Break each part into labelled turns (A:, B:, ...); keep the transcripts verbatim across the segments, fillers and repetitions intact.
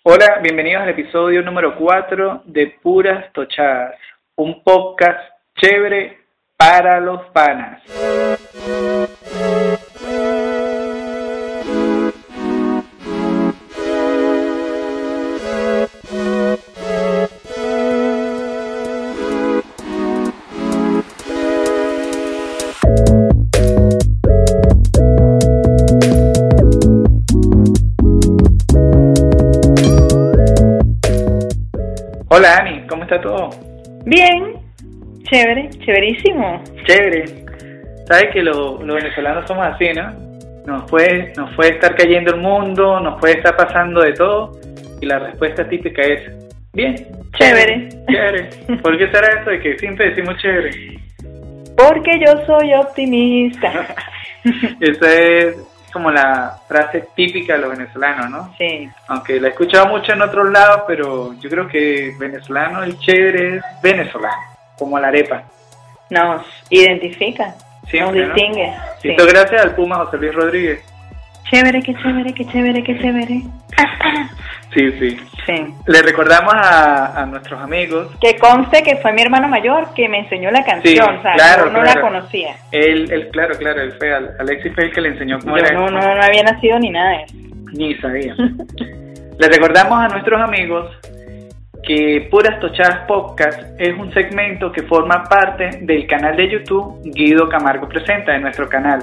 A: Hola, bienvenidos al episodio número cuatro de Puras Tochadas, un podcast chévere para los panas. Hola Ani, ¿cómo está todo?
B: Bien, chévere, chéverísimo.
A: Chévere. Sabes que lo, los venezolanos somos así, ¿no? Nos puede, nos puede estar cayendo el mundo, nos puede estar pasando de todo, y la respuesta típica es, bien,
B: Chévere.
A: Chévere. ¿Por qué será eso de que siempre decimos chévere?
B: Porque yo soy optimista.
A: Esa es como la frase típica de los venezolanos, ¿no?
B: Sí.
A: Aunque la he escuchado mucho en otros lados, pero yo creo que venezolano, el chévere es venezolano, como la arepa.
B: Nos identifica,
A: Siempre,
B: nos distingue.
A: ¿no?
B: Sí.
A: Esto gracias al Puma José Luis Rodríguez.
B: Chévere, qué chévere, qué chévere, qué chévere.
A: Sí, sí.
B: Sí.
A: Le recordamos a, a nuestros amigos.
B: Que conste que fue mi hermano mayor que me enseñó la canción,
A: Sí,
B: o sea,
A: claro,
B: yo no
A: claro.
B: la conocía.
A: Él, él, claro, claro, él fue, Alexis fue el que le enseñó cómo
B: Yo
A: era
B: no,
A: esto.
B: no, no había nacido ni nada de eso.
A: Ni sabía. Le recordamos a nuestros amigos que Puras Tochadas Podcast es un segmento que forma parte del canal de YouTube Guido Camargo Presenta, de nuestro canal.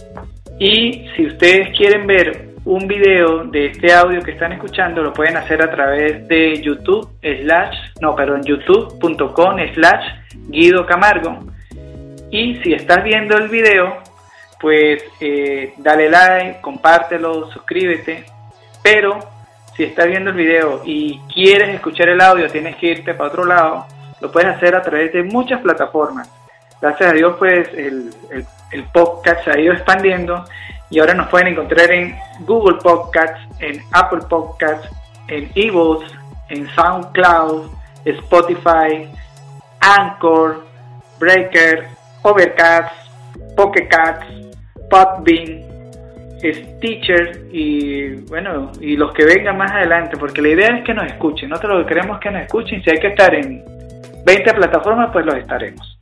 A: Y si ustedes quieren ver un video de este audio que están escuchando, lo pueden hacer a través de YouTube slash, no, perdón, youtube.com slash Guido Camargo. Y si estás viendo el video, pues eh, dale like, compártelo, suscríbete. Pero si estás viendo el video y quieres escuchar el audio, tienes que irte para otro lado, lo puedes hacer a través de muchas plataformas. Gracias a Dios, pues el, el, el podcast se ha ido expandiendo y ahora nos pueden encontrar en Google Podcasts, en Apple Podcasts, en iVoox, en SoundCloud, Spotify, Anchor, Breaker, Overcast, Pocket Casts, Podbean, Stitcher y bueno, y los que vengan más adelante, porque la idea es que nos escuchen. Nosotros lo que queremos es que nos escuchen. Si hay que estar en veinte plataformas, pues los estaremos.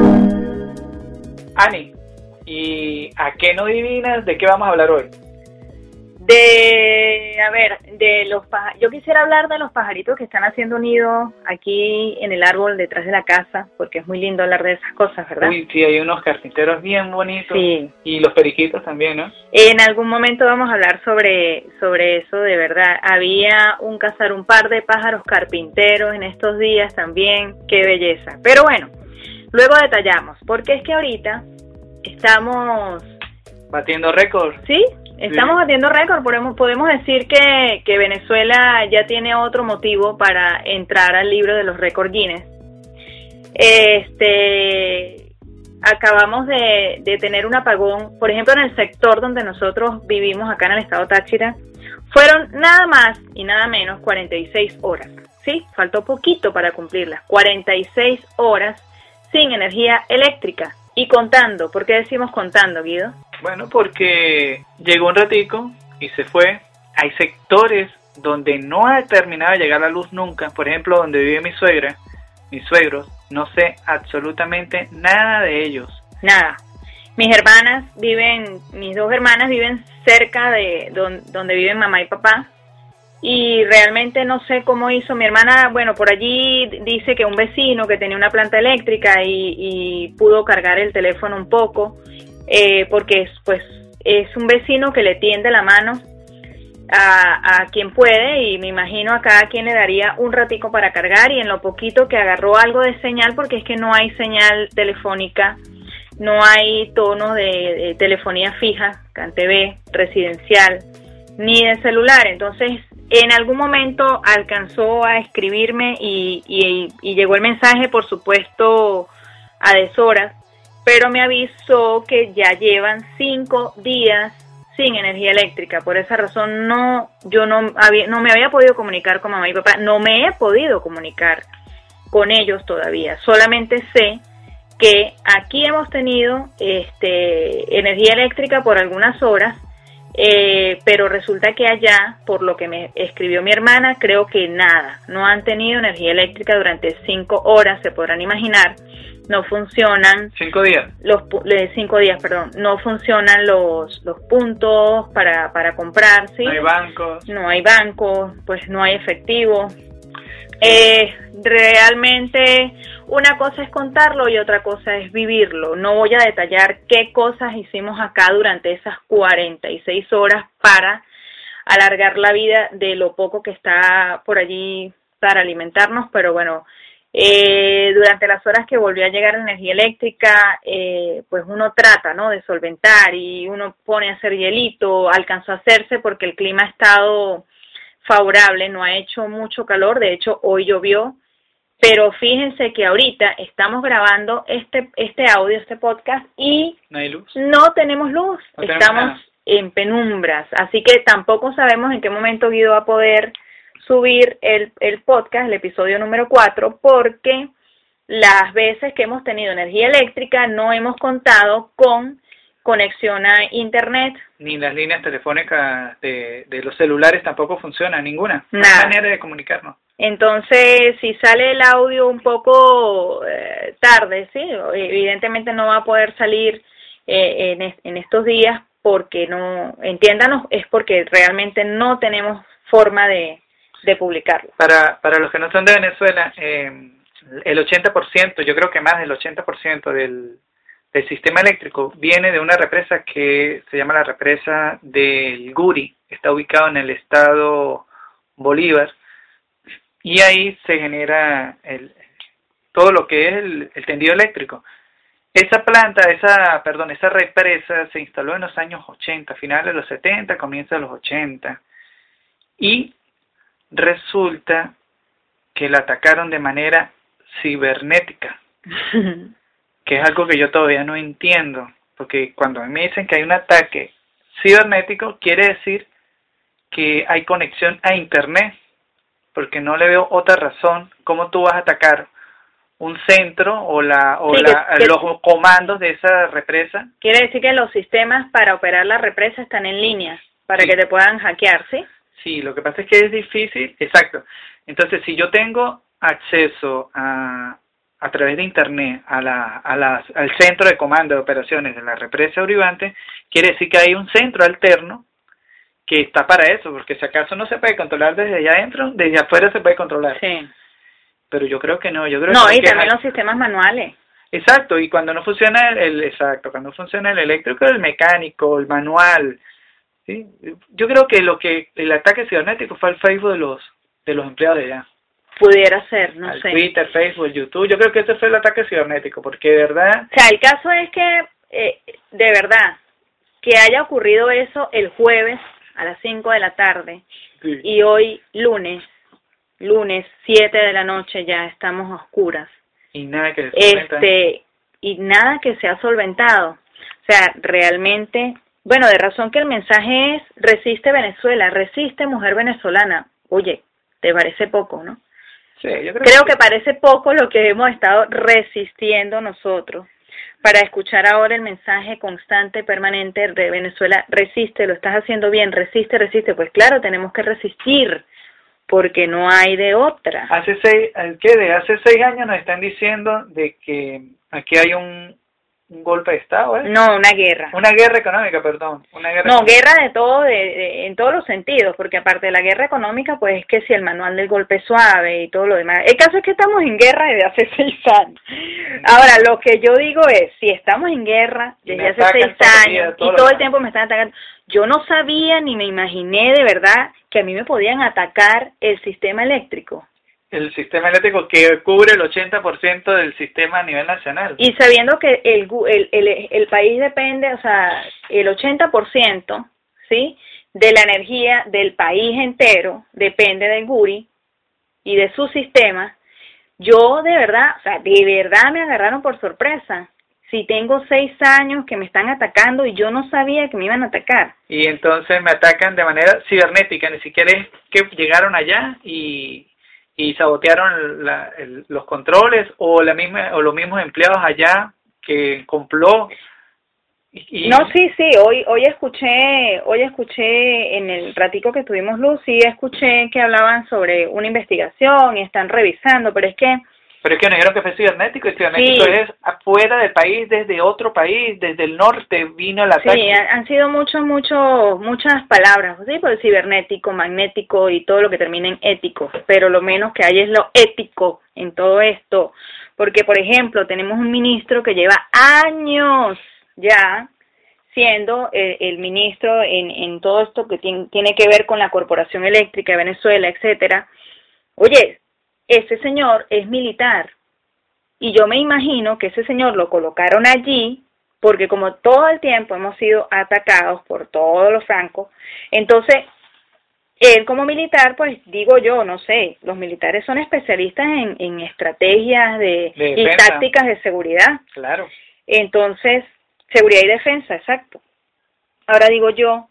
A: Ani, ¿y a qué no adivinas de qué vamos a hablar hoy?
B: De, a ver, de los paja- yo quisiera hablar de los pajaritos que están haciendo nido aquí en el árbol detrás de la casa, porque es muy lindo hablar de esas cosas, ¿verdad?
A: Uy, sí, hay unos carpinteros bien bonitos.
B: Sí.
A: Y los periquitos también, ¿no?
B: En algún momento vamos a hablar sobre, sobre eso, de verdad. Había un cazar un par de pájaros carpinteros en estos días también, qué belleza. Pero bueno, luego detallamos, porque es que ahorita estamos,
A: Batiendo récords.
B: ¿sí? Estamos
A: Sí.
B: batiendo récord, podemos, podemos decir que, que Venezuela ya tiene otro motivo para entrar al libro de los récords Guinness. Este, acabamos de, de tener un apagón, por ejemplo en el sector donde nosotros vivimos acá en el estado Táchira, fueron nada más y nada menos cuarenta y seis horas, ¿sí? Faltó poquito para cumplirlas, cuarenta y seis horas sin energía eléctrica y contando. ¿Por qué decimos contando, Guido?
A: Bueno, porque llegó un ratico y se fue. Hay sectores donde no ha terminado de llegar la luz nunca. Por ejemplo, donde vive mi suegra, mis suegros, no sé absolutamente nada de ellos.
B: Nada. Mis hermanas viven, mis dos hermanas viven cerca de don, donde viven mamá y papá. Y realmente no sé cómo hizo mi hermana. Bueno, por allí dice que un vecino que tenía una planta eléctrica y, y pudo cargar el teléfono un poco, eh, porque es, pues es un vecino que le tiende la mano a, a quien puede, y me imagino a cada quien le daría un ratico para cargar, y en lo poquito que agarró algo de señal, porque es que no hay señal telefónica, no hay tono de, de telefonía fija, CanTV, residencial, ni de celular. Entonces en algún momento alcanzó a escribirme y, y, y llegó el mensaje, por supuesto a deshoras, pero me avisó que ya llevan cinco días sin energía eléctrica. Por esa razón no, yo no había, no me había podido comunicar con mamá y papá, no me he podido comunicar con ellos todavía. Solamente sé que aquí hemos tenido este energía eléctrica por algunas horas, Eh, pero resulta que allá, por lo que me escribió mi hermana, creo que nada, no han tenido energía eléctrica durante cinco horas, se podrán imaginar, no funcionan.
A: Cinco días.
B: Los cinco días, perdón, no funcionan los los puntos para para comprar, ¿sí?
A: No hay bancos.
B: No hay bancos, pues no hay efectivo. Eh, realmente una cosa es contarlo y otra cosa es vivirlo. No voy a detallar qué cosas hicimos acá durante esas cuarenta y seis horas para alargar la vida de lo poco que está por allí para alimentarnos, pero bueno, eh, durante las horas que volvió a llegar la energía eléctrica, eh, pues uno trata, ¿no?, de solventar y uno pone a hacer hielito, alcanzó a hacerse porque el clima ha estado favorable, no ha hecho mucho calor, de hecho hoy llovió, pero fíjense que ahorita estamos grabando este este audio, este podcast y
A: no hay luz,
B: no tenemos luz,
A: no
B: estamos
A: tenemos
B: en penumbras, así que tampoco sabemos en qué momento Guido va a poder subir el, el podcast, el episodio número cuatro, porque las veces que hemos tenido energía eléctrica no hemos contado con conexión a internet.
A: Ni las líneas telefónicas de, de los celulares tampoco funcionan, ninguna. No
B: Nada.
A: hay manera de comunicarnos.
B: Entonces, si sale el audio un poco eh, tarde, sí, evidentemente no va a poder salir eh, en, en estos días porque no, entiéndanos, es porque realmente no tenemos forma de, de publicarlo.
A: Para, para los que no son de Venezuela, eh, el ochenta por ciento, yo creo que más del ochenta por ciento del El sistema eléctrico viene de una represa que se llama la represa del Guri, está ubicado en el estado Bolívar, y ahí se genera el, todo lo que es el, el tendido eléctrico. Esa planta, esa, perdón, esa represa se instaló en los años ochenta, finales de los setenta, comienza de los ochenta, y resulta que la atacaron de manera cibernética. Que es algo que yo todavía no entiendo, porque cuando me dicen que hay un ataque cibernético, quiere decir que hay conexión a internet, porque no le veo otra razón cómo tú vas a atacar un centro o la o
B: sí,
A: la,
B: que,
A: los que, comandos de esa represa.
B: Quiere decir que los sistemas para operar la represa están en línea, para sí. que te puedan hackear, ¿sí?
A: Sí, lo que pasa es que es difícil, exacto. Entonces, si yo tengo acceso a a través de internet a la, a las, al centro de comando de operaciones de la represa Uribante, quiere decir que hay un centro alterno que está para eso, porque si acaso no se puede controlar desde allá adentro, desde afuera se puede controlar.
B: Sí.
A: Pero yo creo que no, yo creo
B: no,
A: que...
B: No, y también hay... los sistemas manuales.
A: Exacto, y cuando no funciona el, el, exacto, cuando funciona el eléctrico, el mecánico, el manual, ¿sí? Yo creo que lo que, el ataque cibernético fue el Facebook de los, de los empleados de allá.
B: Pudiera ser, no
A: al
B: sé.
A: Twitter, Facebook, YouTube. Yo creo que ese fue el ataque cibernético, porque de verdad...
B: O sea, el caso es que, eh, de verdad, que haya ocurrido eso el jueves a las cinco de la tarde sí. y hoy lunes, lunes siete de la noche ya estamos a oscuras.
A: Y nada que
B: este y nada que se ha solventado. O sea, realmente, bueno, de razón que el mensaje es resiste Venezuela, resiste mujer venezolana. Oye, ¿te parece poco, no?
A: Sí, yo creo,
B: creo
A: que,
B: que parece poco lo que hemos estado resistiendo nosotros para escuchar ahora el mensaje constante, permanente de Venezuela, resiste, lo estás haciendo bien, resiste, resiste. Pues claro, tenemos que resistir porque no hay de otra.
A: Hace seis, ¿qué? De hace seis años nos están diciendo de que aquí hay un, un golpe de Estado, ¿eh?
B: No, una guerra.
A: Una guerra económica, perdón. Una guerra
B: no,
A: económica.
B: guerra de todo, de, de, en todos los sentidos, porque aparte de la guerra económica, pues es que si el manual del golpe suave y todo lo demás. El caso es que estamos en guerra desde hace seis años. Ahora, lo que yo digo es, si estamos en guerra desde hace seis años y todo el tiempo me están atacando, yo no sabía ni me imaginé de verdad que a mí me podían atacar el sistema eléctrico.
A: El sistema eléctrico que cubre el ochenta por ciento del sistema a nivel nacional.
B: Y sabiendo que el, el, el, el país depende, o sea, el ochenta por ciento, ¿sí?, de la energía del país entero depende del Guri y de su sistema, yo de verdad, o sea, de verdad me agarraron por sorpresa. Si tengo seis años que me están atacando y yo no sabía que me iban a atacar.
A: Y entonces me atacan de manera cibernética, ni siquiera es que llegaron allá y... y sabotearon la, el, los controles o la misma o los mismos empleados allá que complot Y, y...
B: No, sí, sí, hoy hoy escuché, hoy escuché en el ratico que tuvimos luz, sí escuché que hablaban sobre una investigación y están revisando, pero es que...
A: Pero es que nos dijeron que fue cibernético, y cibernético sí. Es afuera del país, desde otro país, desde el norte vino el ataque.
B: Sí, han sido muchos, muchos, muchas palabras, sí, por el cibernético, magnético y todo lo que termina en ético, pero lo menos que hay es lo ético en todo esto, porque, por ejemplo, tenemos un ministro que lleva años ya siendo el, el ministro en, en todo esto que tiene, tiene que ver con la Corporación Eléctrica de Venezuela, etcétera. Oye, ese señor es militar y yo me imagino que ese señor lo colocaron allí porque como todo el tiempo hemos sido atacados por todos los francos, entonces él como militar, pues digo yo, no sé, los militares son especialistas en, en estrategias de, de y tácticas de seguridad.
A: Claro.
B: Entonces, seguridad y defensa, exacto. Ahora digo yo,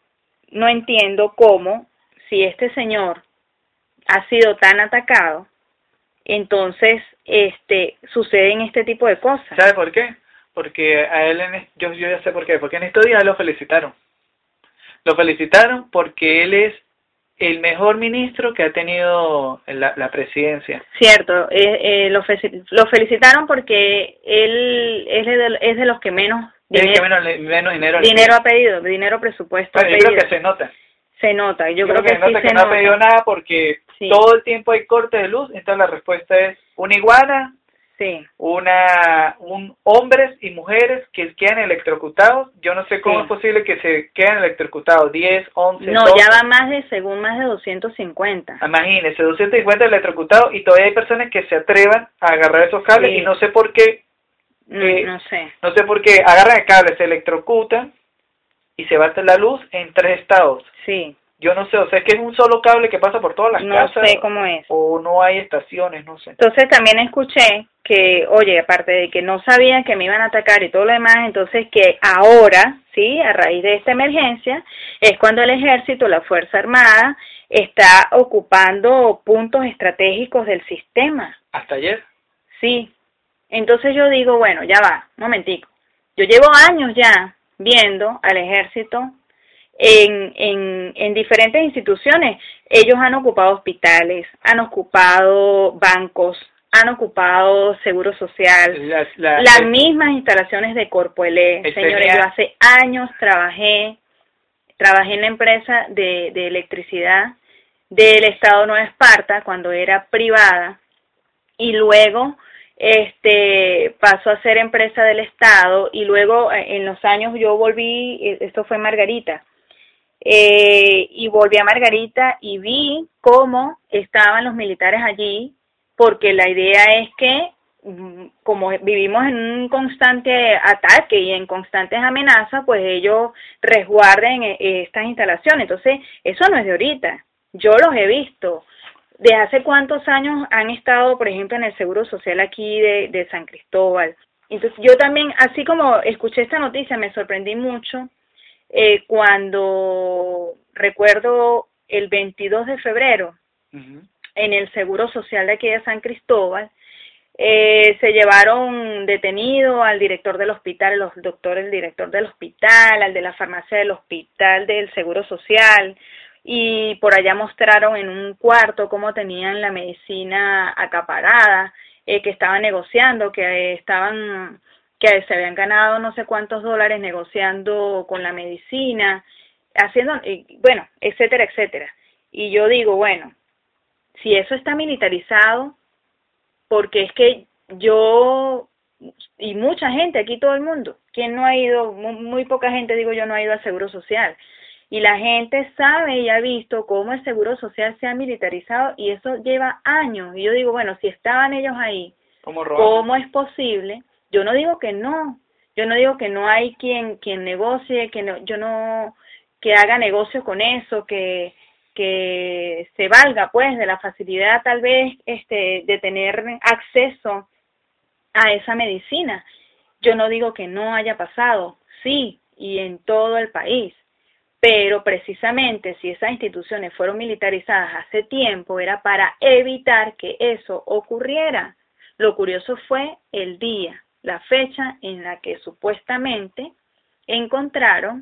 B: no entiendo cómo, si este señor ha sido tan atacado, entonces este suceden este tipo de cosas.
A: ¿Sabe por qué? Porque a él, en, yo, yo ya sé por qué, porque en estos días lo felicitaron. Lo felicitaron porque él es el mejor ministro que ha tenido la, la presidencia.
B: Cierto, eh, eh, lo, fe, lo felicitaron porque él es de, es de los que menos
A: dinero, que menos, menos dinero,
B: dinero ha pedido, dinero presupuesto
A: bueno,
B: ha
A: yo
B: pedido.
A: Creo que se nota.
B: Se nota, yo, yo
A: creo,
B: creo que,
A: que,
B: sí
A: nota
B: se
A: que
B: nota.
A: no ha pedido nada porque sí. Todo el tiempo hay cortes de luz, entonces la respuesta es una iguana,
B: sí.
A: una un hombres y mujeres que quedan electrocutados. Yo no sé cómo sí. Es posible que se queden electrocutados, diez, once,
B: no,
A: doce.
B: Ya va más de, según más de doscientos cincuenta.
A: Imagínense, doscientos cincuenta electrocutados y todavía hay personas que se atrevan a agarrar esos cables sí. Y no sé por qué.
B: No,
A: eh,
B: no sé.
A: No sé por qué agarran el cable, se electrocutan y se va la luz en tres estados.
B: Sí.
A: Yo no sé, o sea, es que es un solo cable que pasa por todas las
B: no
A: casas.
B: No sé cómo es.
A: O no hay estaciones, no sé.
B: Entonces también escuché que, oye, aparte de que no sabían que me iban a atacar y todo lo demás, entonces que ahora, sí, a raíz de esta emergencia, es cuando el ejército, la Fuerza Armada, está ocupando puntos estratégicos del sistema.
A: ¿Hasta ayer?
B: Sí. Entonces yo digo, bueno, ya va, un momentico. Yo llevo años ya viendo al ejército En, en, en diferentes instituciones. Ellos han ocupado hospitales, han ocupado bancos, han ocupado seguro social,
A: la, la,
B: las
A: el,
B: mismas instalaciones de Corpoelé. Señores, tenía... yo hace años trabajé, trabajé en la empresa de, de electricidad del Estado Nueva Esparta cuando era privada y luego este pasó a ser empresa del Estado y luego en los años yo volví, esto fue Margarita, Eh, y volví a Margarita y vi cómo estaban los militares allí, porque la idea es que como vivimos en un constante ataque y en constantes amenazas, pues ellos resguarden estas instalaciones. Entonces, eso no es de ahorita, yo los he visto. ¿De hace cuántos años han estado, por ejemplo, en el Seguro Social aquí de, de San Cristóbal? Entonces, yo también, así como escuché esta noticia, me sorprendí mucho Eh, cuando recuerdo el veintidós de febrero uh-huh. en el Seguro Social de aquí de San Cristóbal eh, se llevaron detenido al director del hospital, los doctores, el director del hospital, al de la farmacia del hospital del Seguro Social, y por allá mostraron en un cuarto cómo tenían la medicina acaparada, eh, que estaban negociando, que eh, estaban que se habían ganado no sé cuántos dólares negociando con la medicina, haciendo, bueno, etcétera, etcétera. Y yo digo, bueno, si eso está militarizado, porque es que yo, y mucha gente, aquí todo el mundo, ¿quién no ha ido? Muy, muy poca gente, digo yo, no ha ido al Seguro Social. Y la gente sabe y ha visto cómo el Seguro Social se ha militarizado y eso lleva años. Y yo digo, bueno, si estaban ellos ahí,
A: ¿cómo,
B: ¿cómo es posible? Yo no digo que no, yo no digo que no hay quien quien negocie, que no, yo no que haga negocio con eso, que que se valga pues de la facilidad tal vez este de tener acceso a esa medicina. Yo no digo que no haya pasado, sí, y en todo el país, pero precisamente si esas instituciones fueron militarizadas hace tiempo era para evitar que eso ocurriera. Lo curioso fue el día, la fecha en la que supuestamente encontraron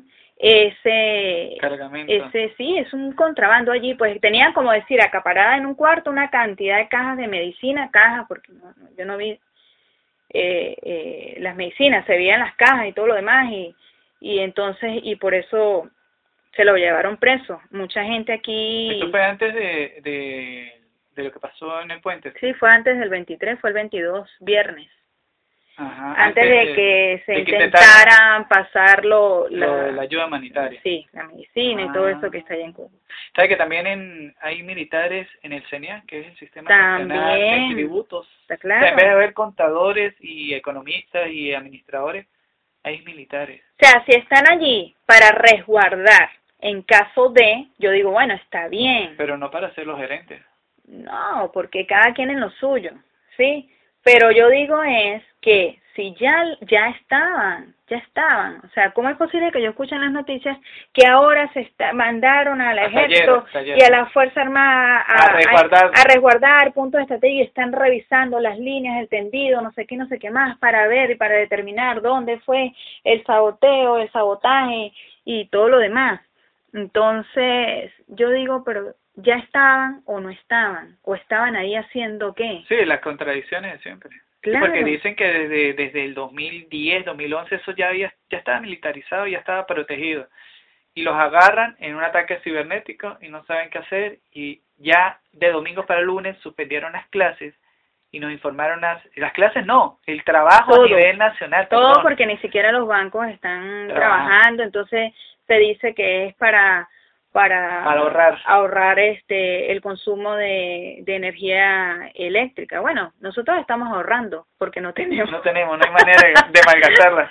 B: ese
A: cargamento.
B: ese sí, es un contrabando allí, pues tenían, como decir, acaparada en un cuarto una cantidad de cajas de medicina, cajas, porque no, no, yo no vi eh, eh, las medicinas, se veían las cajas y todo lo demás, y, y entonces, y por eso se lo llevaron preso. Mucha gente aquí...
A: ¿Esto fue antes de, de, de lo que pasó en el puente?
B: Sí, fue antes del veintitrés, fue el veintidós, viernes.
A: Ajá,
B: antes, antes de, de que se
A: de que
B: intentaran pasar lo, la,
A: lo, la ayuda humanitaria.
B: Sí, la medicina ah. y todo eso que está allá en Cuba.
A: ¿Sabe que también en, hay militares en el CENIA, que es el Sistema
B: también,
A: Nacional de Tributos?
B: Está claro.
A: O sea, en vez de haber contadores y economistas y administradores, hay militares.
B: O sea, si están allí para resguardar en caso de, yo digo, bueno, está bien.
A: Pero no para ser los gerentes.
B: No, porque cada quien en lo suyo, ¿sí? Pero yo digo es que si ya ya estaban, ya estaban, o sea, ¿cómo es posible que yo escuche en las noticias que ahora se está, mandaron al ejército y a la Fuerza Armada a,
A: a, resguardar.
B: a, a resguardar puntos estratégicos y están revisando las líneas, el tendido, no sé qué, no sé qué más, para ver y para determinar dónde fue el saboteo, el sabotaje y todo lo demás? Entonces, yo digo, pero ¿ya estaban o no estaban? ¿O estaban ahí haciendo qué?
A: Sí, las contradicciones de siempre.
B: Claro.
A: Sí, porque dicen que desde desde el dos mil diez, dos mil once eso ya había ya estaba militarizado, ya estaba protegido. Y los agarran en un ataque cibernético y no saben qué hacer, y ya de domingo para lunes suspendieron las clases y nos informaron las, las clases no, el trabajo todo, a nivel nacional.
B: Todo
A: perdón.
B: Porque ni siquiera los bancos están
A: Trabaja.
B: trabajando, entonces se dice que es para para,
A: para ahorrar
B: ahorrar este el consumo de, de energía eléctrica. Bueno, nosotros estamos ahorrando porque no tenemos.
A: No tenemos, no hay manera de, de malgastarla.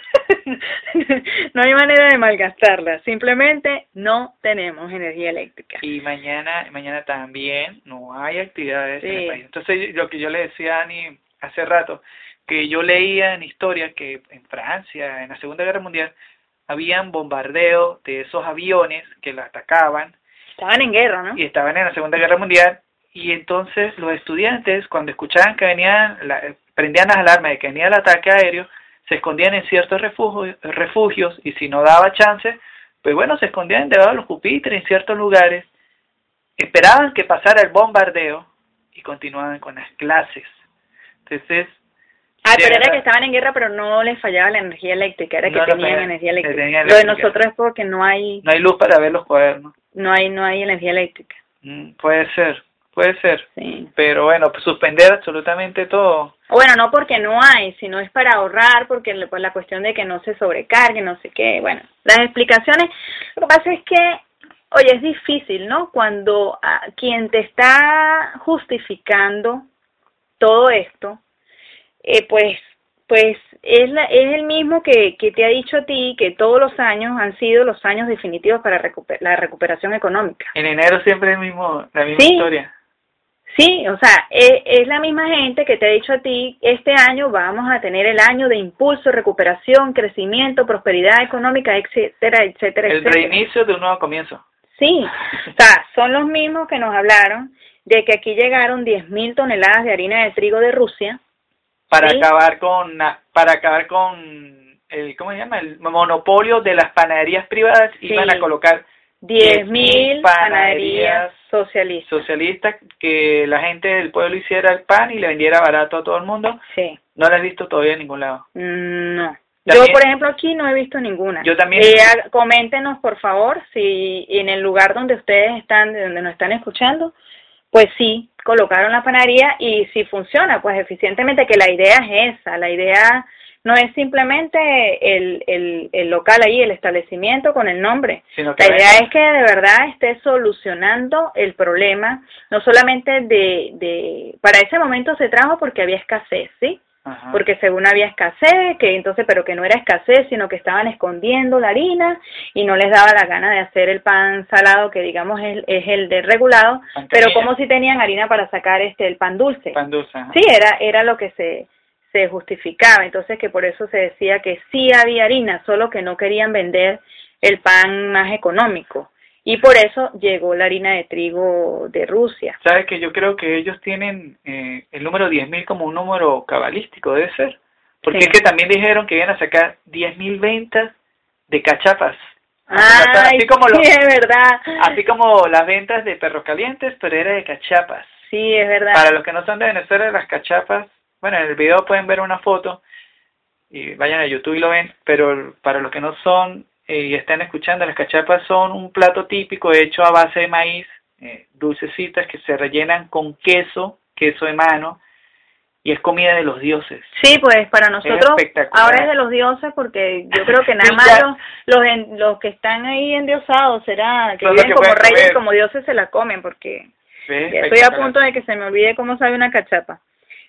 B: No hay manera de malgastarla, simplemente no tenemos energía eléctrica.
A: Y mañana mañana también no hay actividades
B: sí.
A: en el país. Entonces, lo que yo le decía a Ani hace rato, que yo leía en historia que en Francia, en la Segunda Guerra Mundial, habían bombardeos de esos aviones que la atacaban.
B: Estaban en guerra, ¿no?
A: Y estaban en la Segunda Guerra Mundial. Y entonces los estudiantes, cuando escuchaban que venían, la, prendían las alarmas de que venía el ataque aéreo, se escondían en ciertos refugios, refugios y si no daba chance, pues bueno, se escondían debajo de los pupitres en ciertos lugares, esperaban que pasara el bombardeo y continuaban con las clases. Entonces,
B: Ah, pero era que estaban en guerra, pero no les fallaba la energía eléctrica, era que no, tenían no, energía eléctrica. Tenía Lo de nosotros es porque no hay...
A: No hay luz para ver los cuadernos.
B: No hay no hay energía eléctrica.
A: Mm, puede ser, puede ser.
B: Sí.
A: Pero bueno, pues suspender absolutamente todo.
B: Bueno, no porque no hay, sino es para ahorrar, porque pues la cuestión de que no se sobrecargue, no sé qué. Bueno, las explicaciones... Lo que pasa es que, oye, es difícil, ¿no? Cuando a, quien te está justificando todo esto... Eh, pues pues es la, es el mismo que, que te ha dicho a ti que todos los años han sido los años definitivos para recuper, la recuperación económica.
A: En enero siempre es el mismo, la misma
B: sí,
A: historia.
B: Sí, o sea, es, es la misma gente que te ha dicho a ti, este año vamos a tener el año de impulso, recuperación, crecimiento, prosperidad económica, etcétera, etcétera,
A: el
B: etcétera.
A: El reinicio de un nuevo comienzo.
B: Sí, o sea, son los mismos que nos hablaron de que aquí llegaron diez mil toneladas de harina de trigo de Rusia,
A: para
B: ¿sí?
A: acabar con para acabar con el ¿cómo se llama? El monopolio de las panaderías privadas. Sí. Iban a colocar
B: diez mil panaderías socialistas
A: socialistas que la gente del pueblo hiciera el pan y le vendiera barato a todo el mundo.
B: Sí.
A: No la he visto todavía en ningún lado.
B: No.
A: También,
B: yo, por ejemplo, aquí no he visto ninguna.
A: Yo también.
B: Eh, coméntenos, por favor, si en el lugar donde ustedes están, de donde nos están escuchando, pues sí, colocaron la panadería y si funciona, pues eficientemente, que la idea es esa, la idea no es simplemente el, el, el local ahí, el establecimiento con el nombre,
A: sino que
B: la idea es que de verdad esté solucionando el problema, no solamente de, de, para ese momento se trajo porque había escasez, ¿sí?
A: Ajá.
B: Porque según había escasez, que entonces, pero que no era escasez, sino que estaban escondiendo la harina y no les daba la gana de hacer el pan salado, que digamos es, es el de regulado,
A: Pantanilla.
B: Pero como si tenían harina para sacar este el pan dulce.
A: Pan dulce. Ajá.
B: Sí, era era lo que se se justificaba, entonces que por eso se decía que sí había harina, solo que no querían vender el pan más económico. Y por eso llegó la harina de trigo de Rusia.
A: ¿Sabes que yo creo que ellos tienen eh, el número diez mil como un número cabalístico, debe ser? Porque sí. Es que también dijeron que iban a sacar diez mil ventas de cachapas.
B: Ay,
A: así como
B: sí,
A: los,
B: es verdad.
A: Así como las ventas de perros calientes, pero era de cachapas.
B: Sí, es verdad.
A: Para los que no son de Venezuela, las cachapas, bueno, en el video pueden ver una foto y vayan a YouTube y lo ven, pero para los que no son eh, y están escuchando, las cachapas son un plato típico hecho a base de maíz, eh, dulcecitas que se rellenan con queso, queso de mano, y es comida de los dioses.
B: Sí, pues para nosotros ahora es de los dioses porque yo creo que nada más los, los, en, los que están ahí endiosados será que viven como reyes, comer. Como dioses se la comen porque ya estoy a punto de que se me olvide cómo sabe una cachapa.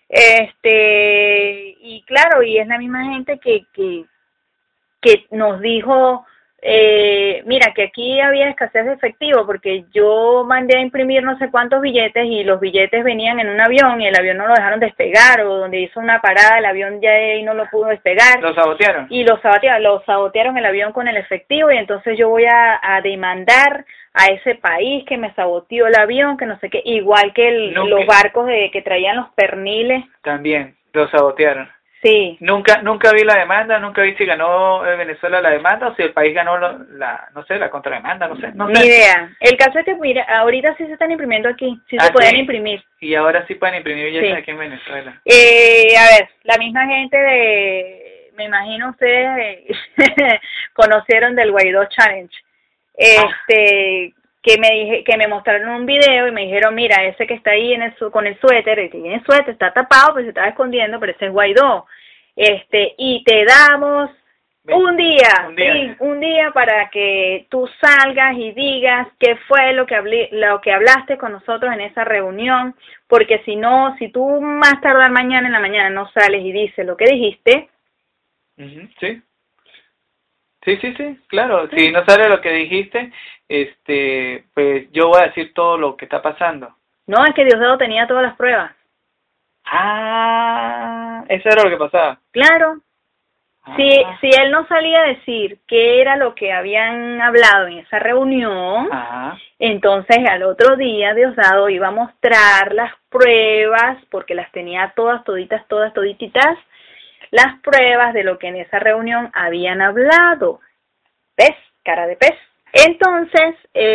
B: Este, y claro, y es la misma gente que que, que nos dijo, eh, mira, que aquí había escasez de efectivo porque yo mandé a imprimir no sé cuántos billetes y los billetes venían en un avión y el avión no lo dejaron despegar, o donde hizo una parada el avión ya ahí no lo pudo despegar.
A: ¿Lo sabotearon?
B: Y lo sabotearon, lo sabotearon el avión con el efectivo, y entonces yo voy a, a demandar a ese país que me saboteó el avión, que no sé qué, igual que el, no, los que... barcos de que traían los perniles.
A: También, lo sabotearon.
B: Sí.
A: Nunca nunca vi la demanda, nunca vi si ganó Venezuela la demanda o si el país ganó la, la no sé, la contrademanda, no sé. No
B: Ni
A: sé.
B: idea. El caso es que, mira, ahorita sí se están imprimiendo aquí, sí ah, se pueden sí. imprimir.
A: Y ahora sí pueden imprimir billetes sí. aquí en Venezuela.
B: Eh, a ver, la misma gente de, me imagino ustedes eh, conocieron del Guaidó Challenge. Este... Ah. que me dije que me mostraron un video y me dijeron, mira, ese que está ahí en el, con el suéter, el que tiene suéter, está tapado, pues se estaba escondiendo, pero ese es Guaidó. Este, y te damos un día, un día, sí, un día para que tú salgas y digas qué fue lo que hablé, lo que hablaste con nosotros en esa reunión, porque si no, si tú más tardar mañana en la mañana no sales y dices lo que dijiste.
A: Uh-huh, sí. Sí, sí, sí, claro. Sí. Si no sale lo que dijiste, este, pues yo voy a decir todo lo que está pasando.
B: No, es que Diosdado tenía todas las pruebas.
A: Ah, eso era lo que pasaba.
B: Claro. Ah. Si, si él no salía a decir qué era lo que habían hablado en esa reunión, ah. entonces al otro día Diosdado iba a mostrar las pruebas, porque las tenía todas, toditas, todas, todititas, las pruebas de lo que en esa reunión habían hablado. ¿Ves? Cara de pez. Entonces,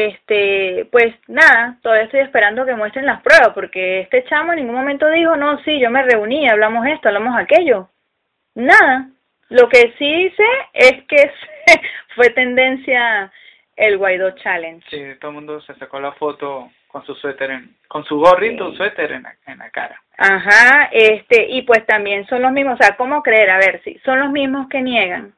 B: este, pues nada, todavía estoy esperando que muestren las pruebas, porque este chamo en ningún momento dijo, no, sí, yo me reuní, hablamos esto, hablamos aquello. Nada. Lo que sí dice es que fue tendencia el Guaidó Challenge.
A: Sí, todo el mundo se sacó la foto con su suéter, en, con su gorrito, sí. suéter en la, en la cara.
B: Ajá, este, y pues también son los mismos, o sea, ¿cómo creer? A ver, sí, son los mismos que niegan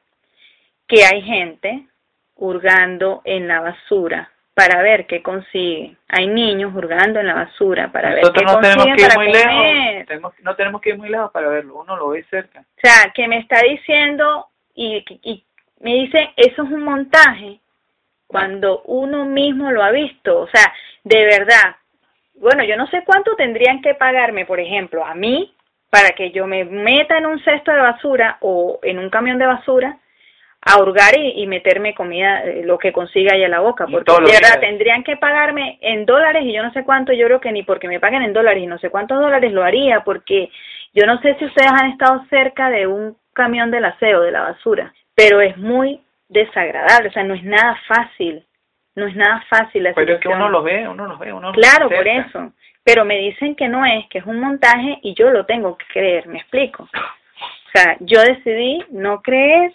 B: que hay gente hurgando en la basura para ver qué consigue. Hay niños hurgando en la basura para
A: Nosotros
B: ver qué
A: no
B: consiguen
A: tenemos que ir
B: para
A: muy
B: comer.
A: Lejos. Tenemos, no tenemos que ir muy lejos para verlo, uno lo ve cerca.
B: O sea, que me está diciendo y, y me dice, eso es un montaje, cuando uno mismo lo ha visto. O sea, de verdad, bueno, yo no sé cuánto tendrían que pagarme, por ejemplo, a mí, para que yo me meta en un cesto de basura o en un camión de basura a hurgar y, y meterme comida, eh, lo que consiga ahí a la boca, porque de verdad tendrían que pagarme en dólares y yo no sé cuánto. Yo creo que ni porque me paguen en dólares y no sé cuántos dólares lo haría, porque yo no sé si ustedes han estado cerca de un camión del aseo, de la basura, pero es muy desagradable, o sea, no es nada fácil, no es nada fácil la
A: Pero
B: situación.
A: es que uno lo ve, uno lo ve, uno
B: Claro,
A: lo
B: por eso, pero me dicen que no es, que es un montaje y yo lo tengo que creer, ¿me explico? O sea, yo decidí no creer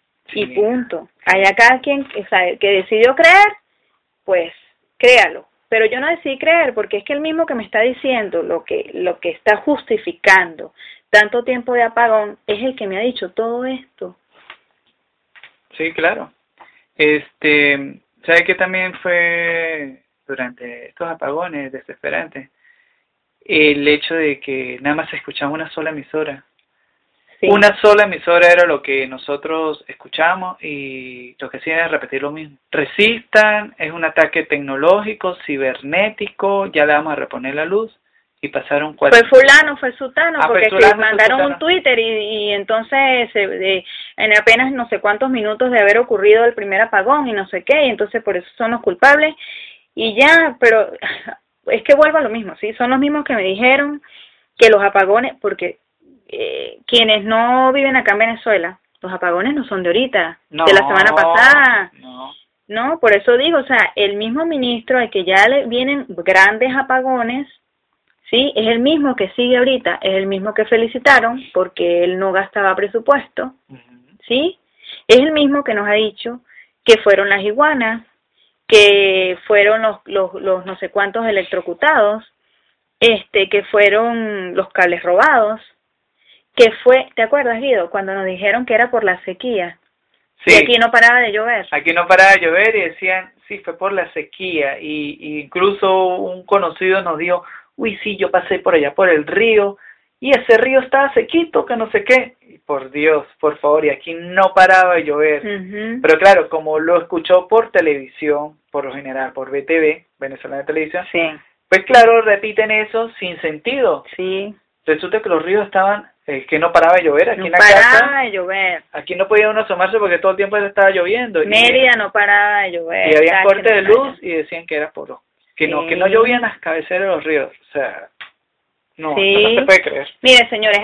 B: y sí. punto. Allá cada quien, o sea, que decidió creer, pues créalo, pero yo no decidí creer porque es que el mismo que me está diciendo lo que, lo que está justificando tanto tiempo de apagón es el que me ha dicho todo esto.
A: Sí, claro. Este, ¿sabe qué también fue durante estos apagones desesperantes? El hecho de que nada más se escuchaba una sola emisora. Sí. Una sola emisora era lo que nosotros escuchamos y lo que hacían era repetir lo mismo. Resistan, es un ataque tecnológico, cibernético, ya le vamos a reponer la luz. Y pasaron cuatro.
B: Fue fulano, fue sutano,
A: ah,
B: porque
A: fulano,
B: que mandaron un Twitter y, y entonces eh, de, en apenas no sé cuántos minutos de haber ocurrido el primer apagón y no sé qué, y entonces por eso son los culpables y ya, pero es que vuelvo a lo mismo, sí, son los mismos que me dijeron que los apagones, porque eh, quienes no viven acá en Venezuela, los apagones no son de ahorita,
A: no,
B: de la semana pasada.
A: No.
B: No, por eso digo, o sea, el mismo ministro al que ya le vienen grandes apagones, sí, es el mismo que sigue ahorita, es el mismo que felicitaron porque él no gastaba presupuesto, uh-huh. ¿sí? Es el mismo que nos ha dicho que fueron las iguanas, que fueron los, los, los no sé cuántos electrocutados, este, que fueron los cables robados, que fue, ¿te acuerdas, Guido? Cuando nos dijeron que era por la sequía,
A: sí.
B: Y aquí no paraba de llover.
A: Aquí no paraba de llover y decían, sí, fue por la sequía, y, y incluso un conocido nos dijo, uy, sí, yo pasé por allá por el río, y ese río estaba sequito, que no sé qué. Y por Dios, por favor, y aquí no paraba de llover.
B: Uh-huh.
A: Pero claro, como lo escuchó por televisión, por lo general, por B T V, Venezolana de Televisión,
B: sí.
A: Pues claro, repiten eso sin sentido.
B: Sí.
A: Resulta que los ríos estaban, eh, que no paraba de llover aquí
B: no
A: en la
B: casa.
A: casa.
B: No paraba de llover.
A: Aquí no podía uno asomarse porque todo el tiempo estaba lloviendo.
B: Mérida y, no paraba de llover.
A: Y había corte de luz y decían que era por que no, sí. que no llovían las cabeceras de los ríos. O sea, no,
B: sí.
A: no se puede creer.
B: Mire, señores,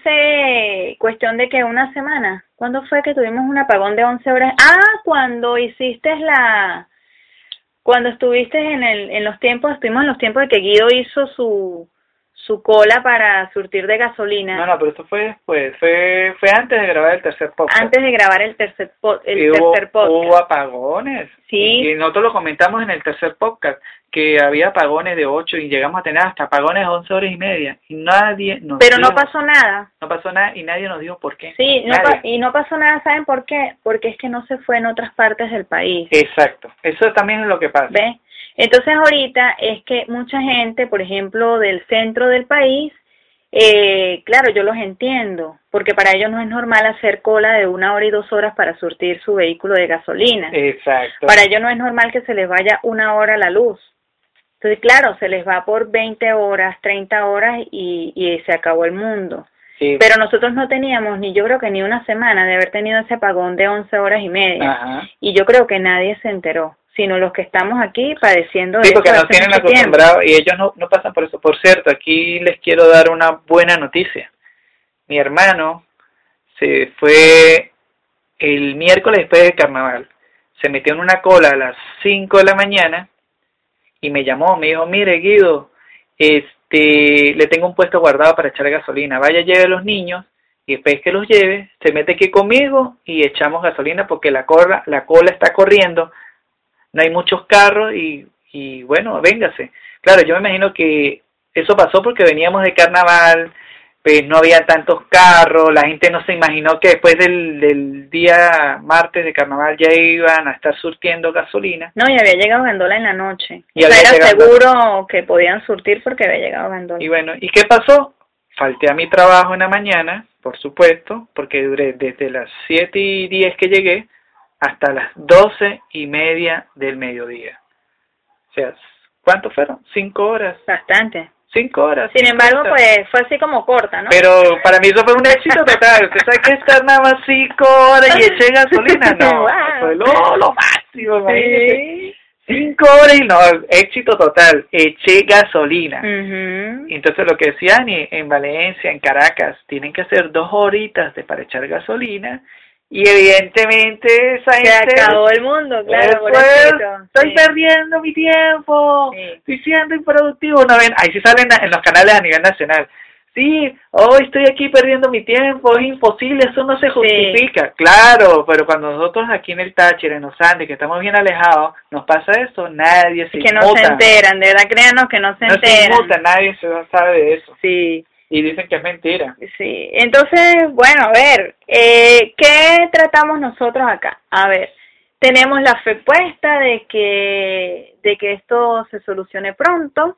B: hace cuestión de que una semana, ¿cuándo fue que tuvimos un apagón de once horas? Ah, cuando hiciste la... Cuando estuviste en el en los tiempos, estuvimos en los tiempos de que Guido hizo su su cola para surtir de gasolina.
A: No, no, pero esto fue después, fue fue antes de grabar el tercer podcast.
B: Antes de grabar el tercer po el
A: y
B: tercer
A: hubo,
B: podcast.
A: Hubo apagones.
B: Sí.
A: Y nosotros lo comentamos en el tercer podcast, que había apagones de ocho y llegamos a tener hasta apagones de once horas y media. Y nadie nos
B: Pero
A: dijo,
B: no pasó nada.
A: No pasó nada y nadie nos dijo por qué.
B: Sí, no pa y no pasó nada, ¿saben por qué? Porque es que no se fue en otras partes del país.
A: Exacto, eso también es lo que pasa.
B: ¿Ve? Entonces ahorita es que mucha gente, por ejemplo, del centro del país, eh, claro, yo los entiendo, porque para ellos no es normal hacer cola de una hora y dos horas para surtir su vehículo de gasolina.
A: Exacto.
B: Para ellos no es normal que se les vaya una hora la luz. Entonces, claro, se les va por veinte horas, treinta horas y, y se acabó el mundo.
A: Sí.
B: Pero nosotros no teníamos ni, yo creo que ni una semana de haber tenido ese apagón de once horas y media.
A: Ajá.
B: Y yo creo que nadie se enteró, sino los que estamos aquí padeciendo de
A: sí, porque
B: eso
A: nos tienen acostumbrados y ellos no, no pasan por eso. Por cierto, aquí les quiero dar una buena noticia. Mi hermano se fue el miércoles después del carnaval, se metió en una cola a las cinco de la mañana y me llamó, me dijo, mire Guido, este, le tengo un puesto guardado para echar gasolina, vaya, lleve a los niños y después que los lleve, se mete aquí conmigo y echamos gasolina porque la cola, la cola está corriendo, no hay muchos carros y, y bueno, véngase. Claro, yo me imagino que eso pasó porque veníamos de carnaval, pues no había tantos carros, la gente no se imaginó que después del, del día martes de carnaval ya iban a estar surtiendo gasolina.
B: No, y había llegado Gandola en la noche.
A: Y
B: o sea, era
A: llegado...
B: seguro que podían surtir porque había llegado Gandola.
A: Y bueno, ¿y qué pasó? Falté a mi trabajo en la mañana, por supuesto, porque duré desde las siete y diez que llegué hasta las doce y media del mediodía. O sea, ¿cuánto fueron? Cinco horas.
B: Bastante.
A: Cinco horas.
B: Sin embargo, pues fue así como corta, ¿no?
A: Pero para mí eso fue un éxito total. ¿Usted sabe que estar nada más cinco horas y eché gasolina? No, wow. Fue lo, lo máximo, imagínate. Sí. Cinco horas y no, éxito total. Eché gasolina.
B: Uh-huh.
A: Entonces lo que decían en Valencia, en Caracas, tienen que hacer dos horitas de para echar gasolina. Y evidentemente esa
B: gente... Se acabó el mundo, claro, por
A: eso. Estoy
B: sí.
A: perdiendo mi tiempo,
B: sí.
A: estoy siendo improductivo. No ven, ahí sí salen en los canales a nivel nacional. Sí, hoy estoy aquí perdiendo mi tiempo, es imposible, eso no se justifica. Sí. Claro, pero cuando nosotros aquí en el Táchira, en los Andes, que estamos bien alejados, nos pasa eso, nadie se
B: es que
A: inmuta.
B: no se enteran, de verdad, créanos que no se
A: no
B: enteran.
A: No se inmuta, nadie se sabe de eso.
B: Sí.
A: Y dicen que es mentira.
B: Sí, entonces, bueno, a ver, eh, ¿qué tratamos nosotros acá? A ver, tenemos la fe puesta de que, de que esto se solucione pronto.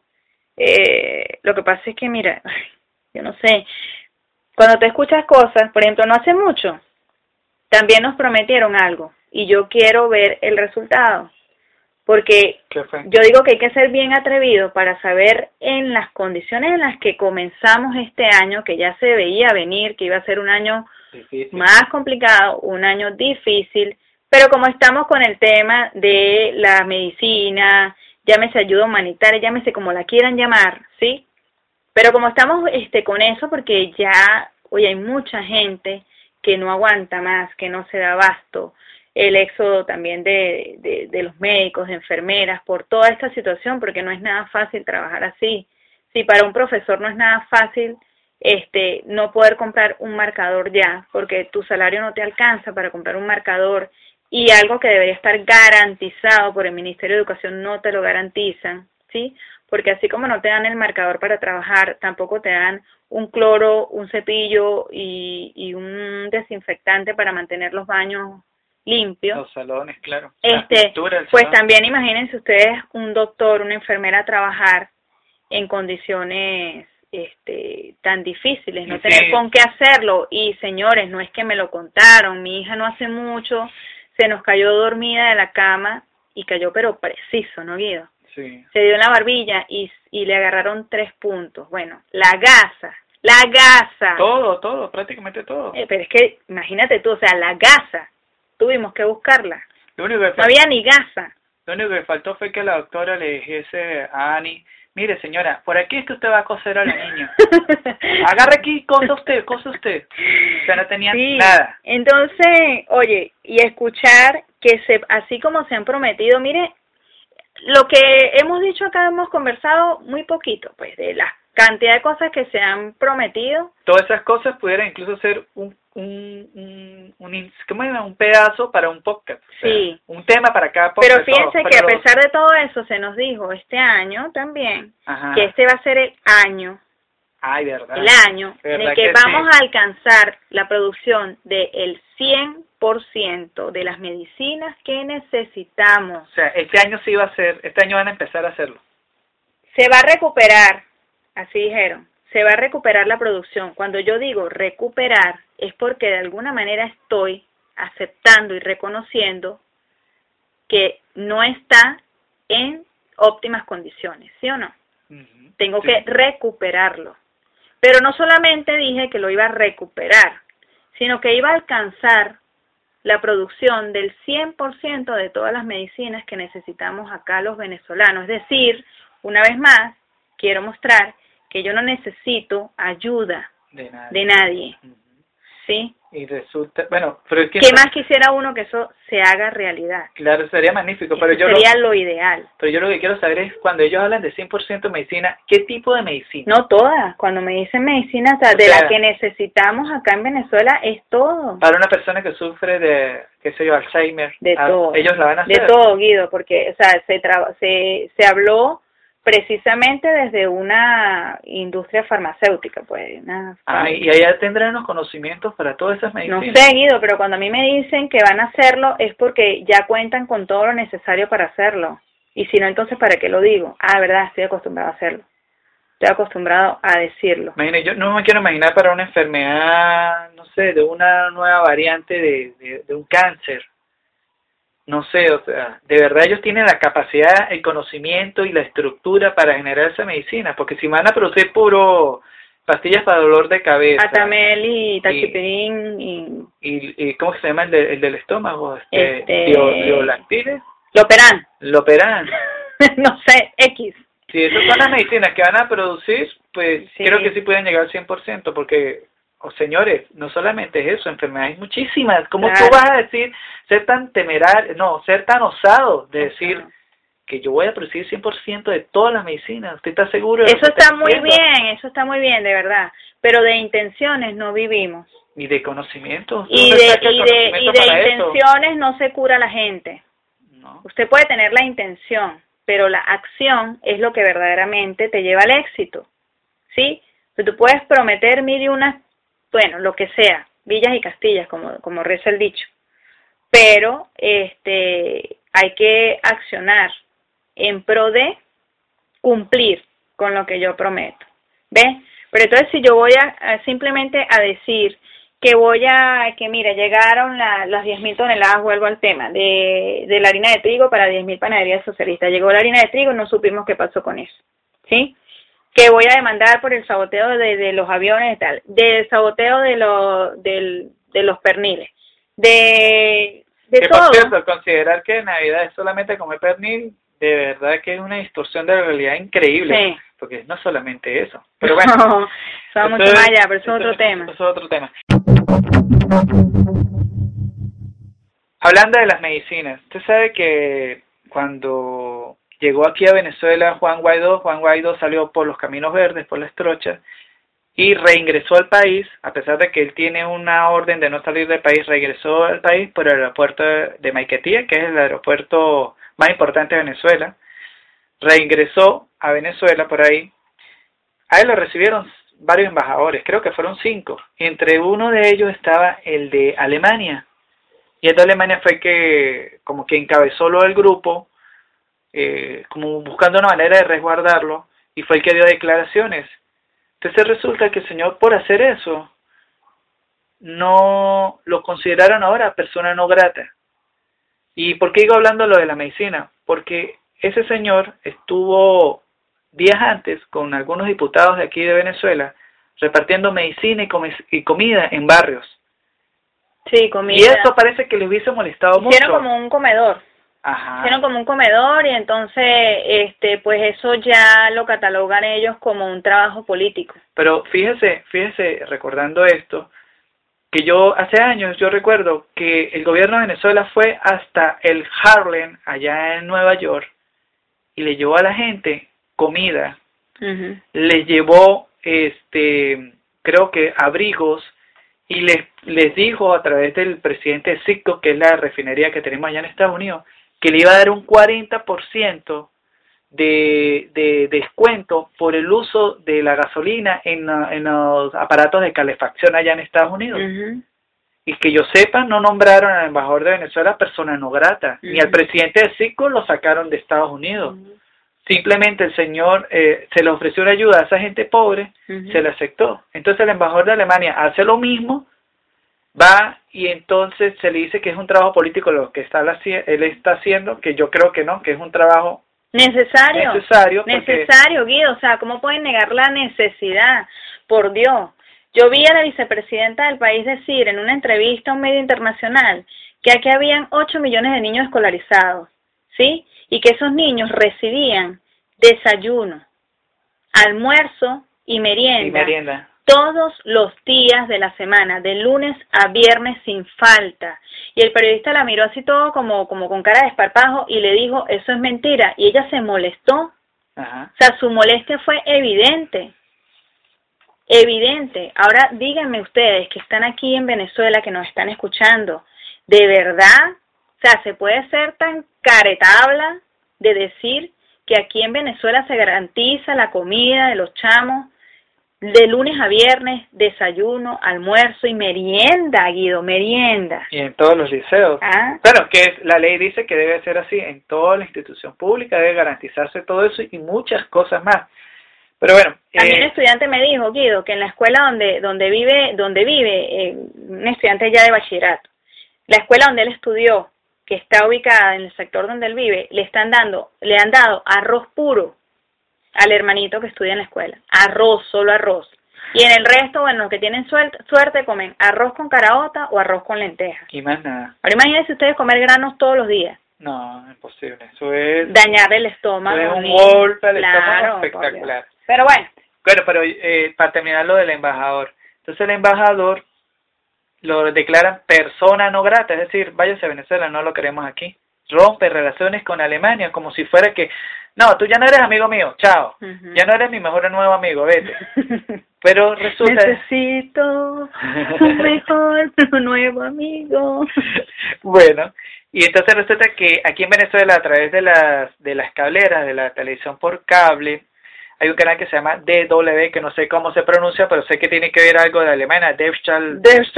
B: Eh, lo que pasa es que, mira, yo no sé, cuando te escuchas cosas, por ejemplo, no hace mucho, también nos prometieron algo y yo quiero ver el resultado. Porque yo digo que hay que ser bien atrevido para saber en las condiciones en las que comenzamos este año, que ya se veía venir, que iba a ser un año difícil. Más complicado, un año difícil, pero como estamos con el tema de la medicina, llámese ayuda humanitaria, llámese como la quieran llamar, ¿sí? Pero como estamos este con eso, porque ya hoy hay mucha gente que no aguanta más, que no se da abasto, el éxodo también de, de, de los médicos, de enfermeras, por toda esta situación, porque no es nada fácil trabajar así. Si para un profesor no es nada fácil este no poder comprar un marcador ya, porque tu salario no te alcanza para comprar un marcador, y algo que debería estar garantizado por el Ministerio de Educación no te lo garantizan, ¿sí? Porque así como no te dan el marcador para trabajar, tampoco te dan un cloro, un cepillo y, y un desinfectante para mantener los baños limpios.
A: Los salones, claro.
B: Este, pues también imagínense ustedes un doctor, una enfermera trabajar en condiciones este tan difíciles, no sí. tener con qué hacerlo. Y señores, no es que me lo contaron, mi hija no hace mucho se nos cayó dormida de la cama y cayó pero preciso, ¿no, Guido?
A: Sí.
B: Se dio en la barbilla y, y le agarraron tres puntos. Bueno, la gasa, la gasa.
A: Todo, todo, prácticamente todo.
B: Eh, pero es que, imagínate tú, o sea, la gasa, tuvimos que buscarla.
A: Lo único que
B: no había ni gasa.
A: Lo único que faltó fue que la doctora le dijese a Ani, mire señora, por aquí es que usted va a coser a la niña. Agarre aquí, cosa usted, cosa usted. O sea, no tenía
B: sí.
A: nada.
B: Entonces, oye, y escuchar que se, así como se han prometido, mire, lo que hemos dicho acá, hemos conversado muy poquito, pues, de la cantidad de cosas que se han prometido.
A: Todas esas cosas pudieran incluso ser un un un, un, ¿cómo era? un pedazo para un podcast.
B: Sí.
A: O sea, un tema para cada podcast.
B: Pero fíjense todo, que a pesar de todo eso se nos dijo este año también,
A: Ajá.
B: que este va a ser el año,
A: Ay, verdad.
B: el año
A: ¿verdad
B: en el que,
A: que
B: vamos
A: sí?
B: a alcanzar la producción del cien por ciento de las medicinas que necesitamos.
A: O sea, este año sí va a ser, este año van a empezar a hacerlo.
B: Se va a recuperar, así dijeron, se va a recuperar la producción. Cuando yo digo recuperar, es porque de alguna manera estoy aceptando y reconociendo que no está en óptimas condiciones, ¿sí o no?
A: Uh-huh.
B: Tengo
A: sí.
B: que recuperarlo. Pero no solamente dije que lo iba a recuperar, sino que iba a alcanzar la producción del cien por ciento de todas las medicinas que necesitamos acá los venezolanos. Es decir, una vez más, quiero mostrar que yo no necesito ayuda
A: de nadie.
B: De nadie.
A: Uh-huh.
B: ¿Sí?
A: Y resulta, bueno, pero es que...
B: ¿Qué más quisiera uno que eso se haga realidad?
A: Claro, sería magnífico, pero
B: eso
A: yo
B: sería
A: lo,
B: lo ideal.
A: Pero yo lo que quiero saber es, cuando ellos hablan de cien por ciento medicina, ¿qué tipo de medicina?
B: No todas, cuando me dicen medicina, o sea,
A: o
B: de
A: sea,
B: la que necesitamos acá en Venezuela, es todo.
A: Para una persona que sufre de, qué sé yo, Alzheimer,
B: de
A: a,
B: todo.
A: ellos la van a hacer.
B: De todo, Guido, porque, o sea, se, traba, se, se habló precisamente desde una industria farmacéutica, pues. Una
A: ah, y allá tendrán los conocimientos para todas esas medicinas.
B: No sé, Guido, pero cuando a mí me dicen que van a hacerlo es porque ya cuentan con todo lo necesario para hacerlo. Y si no, entonces, ¿para qué lo digo? Ah, verdad, estoy acostumbrado a hacerlo. Estoy acostumbrado a decirlo.
A: Imagine, yo no me quiero imaginar para una enfermedad, no sé, de una nueva variante de, de, de un cáncer. No sé, o sea, de verdad ellos tienen la capacidad, el conocimiento y la estructura para generar esa medicina, porque si van a producir puro pastillas para dolor de cabeza,
B: Atamel y tachipirín y,
A: y, y ¿cómo se llama el, de, el del estómago? Este,
B: este
A: Liolactines,
B: Loperan,
A: Loperan,
B: no sé, X.
A: Si esas son las medicinas que van a producir, pues
B: sí.
A: creo que sí pueden llegar al cien por ciento, porque oh, señores, no solamente es eso, enfermedades muchísimas. ¿Cómo claro. tú vas a decir, ser tan temerario, no, ser tan osado de decir uh-huh. que yo voy a producir cien por ciento de todas las medicinas? ¿Usted está seguro de
B: eso? Está, está muy bien, eso está muy bien, de verdad. Pero de intenciones no vivimos.
A: Y de conocimientos.
B: Y de, y de, y de intenciones eso? No se cura la gente.
A: No.
B: Usted puede tener la intención, pero la acción es lo que verdaderamente te lleva al éxito. ¿Sí? Pero tú puedes prometer mil y unas, bueno, lo que sea, villas y castillas, como, como reza el dicho. Pero este hay que accionar en pro de cumplir con lo que yo prometo. ¿Ves? Pero entonces si yo voy a, a simplemente a decir que voy a, que mira, llegaron la, las diez mil toneladas, vuelvo al tema, de, de la harina de trigo para diez mil panaderías socialistas. Llegó la harina de trigo y no supimos qué pasó con eso. ¿Sí? Que voy a demandar por el saboteo de, de los aviones y tal, del saboteo de, lo, del, de los perniles, de, de
A: que,
B: todo.
A: Por cierto, considerar que Navidad es solamente comer pernil, de verdad que es una distorsión de la realidad increíble, sí. Porque no solamente eso. Pero bueno,
B: no, eso va mucho más allá, pero eso es otro tema.
A: Eso es otro tema. Hablando de las medicinas, usted sabe que cuando llegó aquí a Venezuela Juan Guaidó, Juan Guaidó salió por los caminos verdes, por las trochas, y reingresó al país, a pesar de que él tiene una orden de no salir del país, regresó al país por el aeropuerto de Maiquetía, que es el aeropuerto más importante de Venezuela. Reingresó a Venezuela por ahí. A él lo recibieron varios embajadores, creo que fueron cinco. Entre uno de ellos estaba el de Alemania. Y el de Alemania fue que como que encabezó lo del grupo, eh, como buscando una manera de resguardarlo, y fue el que dio declaraciones. Entonces resulta que el señor, por hacer eso, no lo consideraron ahora persona no grata. ¿Y por qué digo hablando lo de la medicina? Porque ese señor estuvo días antes con algunos diputados de aquí de Venezuela repartiendo medicina y, com y comida en barrios.
B: Sí, comida.
A: Y eso parece que les hubiese molestado mucho.
B: Hicieron como un comedor.
A: Ajá.
B: Hicieron como un comedor y entonces, este, pues eso ya lo catalogan ellos como un trabajo político.
A: Pero fíjese, fíjese, recordando esto, que yo hace años, yo recuerdo que el gobierno de Venezuela fue hasta el Harlem, allá en Nueva York, y le llevó a la gente comida,
B: uh-huh.
A: les llevó, este, creo que abrigos, y les, les dijo a través del presidente de Citgo, que es la refinería que tenemos allá en Estados Unidos, que le iba a dar un cuarenta por ciento de, de descuento por el uso de la gasolina en, en los aparatos de calefacción allá en Estados Unidos.
B: Uh-huh.
A: Y que yo sepa, no nombraron al embajador de Venezuela persona no grata,
B: uh-huh.
A: ni al presidente de Citgo lo sacaron de Estados Unidos. Uh-huh. Simplemente el señor eh, se le ofreció una ayuda a esa gente pobre, uh-huh. se le aceptó. Entonces el embajador de Alemania hace lo mismo, va y entonces se le dice que es un trabajo político lo que está él está haciendo, que yo creo que no, que es un trabajo
B: necesario.
A: Necesario, porque...
B: necesario, Guido. O sea, ¿cómo pueden negar la necesidad? Por Dios. Yo vi a la vicepresidenta del país decir en una entrevista a un medio internacional que aquí habían ocho millones de niños escolarizados, ¿sí? Y que esos niños recibían desayuno, almuerzo y merienda.
A: Y merienda.
B: Todos los días de la semana, de lunes a viernes sin falta. Y el periodista la miró así todo como, como con cara de esparpajo y le dijo, eso es mentira. Y ella se molestó.
A: Ajá.
B: O sea, su molestia fue evidente. Evidente. Ahora díganme ustedes que están aquí en Venezuela, que nos están escuchando, ¿de verdad? O sea, ¿se puede ser tan caretabla de decir que aquí en Venezuela se garantiza la comida de los chamos de lunes a viernes, desayuno, almuerzo y merienda, Guido, merienda?
A: Y en todos los liceos.
B: ¿Ah?
A: Claro, que la ley dice que debe ser así, en toda la institución pública debe garantizarse todo eso y muchas cosas más. Pero bueno.
B: También
A: eh,
B: un estudiante me dijo, Guido, que en la escuela donde donde vive, donde vive, eh, un estudiante ya de bachillerato, la escuela donde él estudió, que está ubicada en el sector donde él vive, le están dando, le han dado arroz puro al hermanito que estudia en la escuela. Arroz, solo arroz. Y en el resto, bueno, los que tienen suerte, suerte comen arroz con caraota o arroz con lentejas.
A: Y más nada.
B: Ahora imagínense ustedes comer granos todos los días.
A: No, imposible. Eso es...
B: Dañar el estómago.
A: Eso es un
B: niño.
A: golpe al
B: Claro,
A: estómago espectacular.
B: Pero bueno.
A: Bueno, pero eh, para terminar lo del embajador. Entonces el embajador lo declaran persona no grata, es decir, váyase a Venezuela, no lo queremos aquí. Rompe relaciones con Alemania como si fuera que, no, tú ya no eres amigo mío, chao, uh-huh. ya no eres mi mejor nuevo amigo, vete. Pero resulta...
B: Necesito un mejor nuevo amigo.
A: Bueno, y entonces resulta que aquí en Venezuela, a través de las, de las cableras, de la televisión por cable, hay un canal que se llama D W, que no sé cómo se pronuncia, pero sé que tiene que ver algo de Alemania, Deutschland,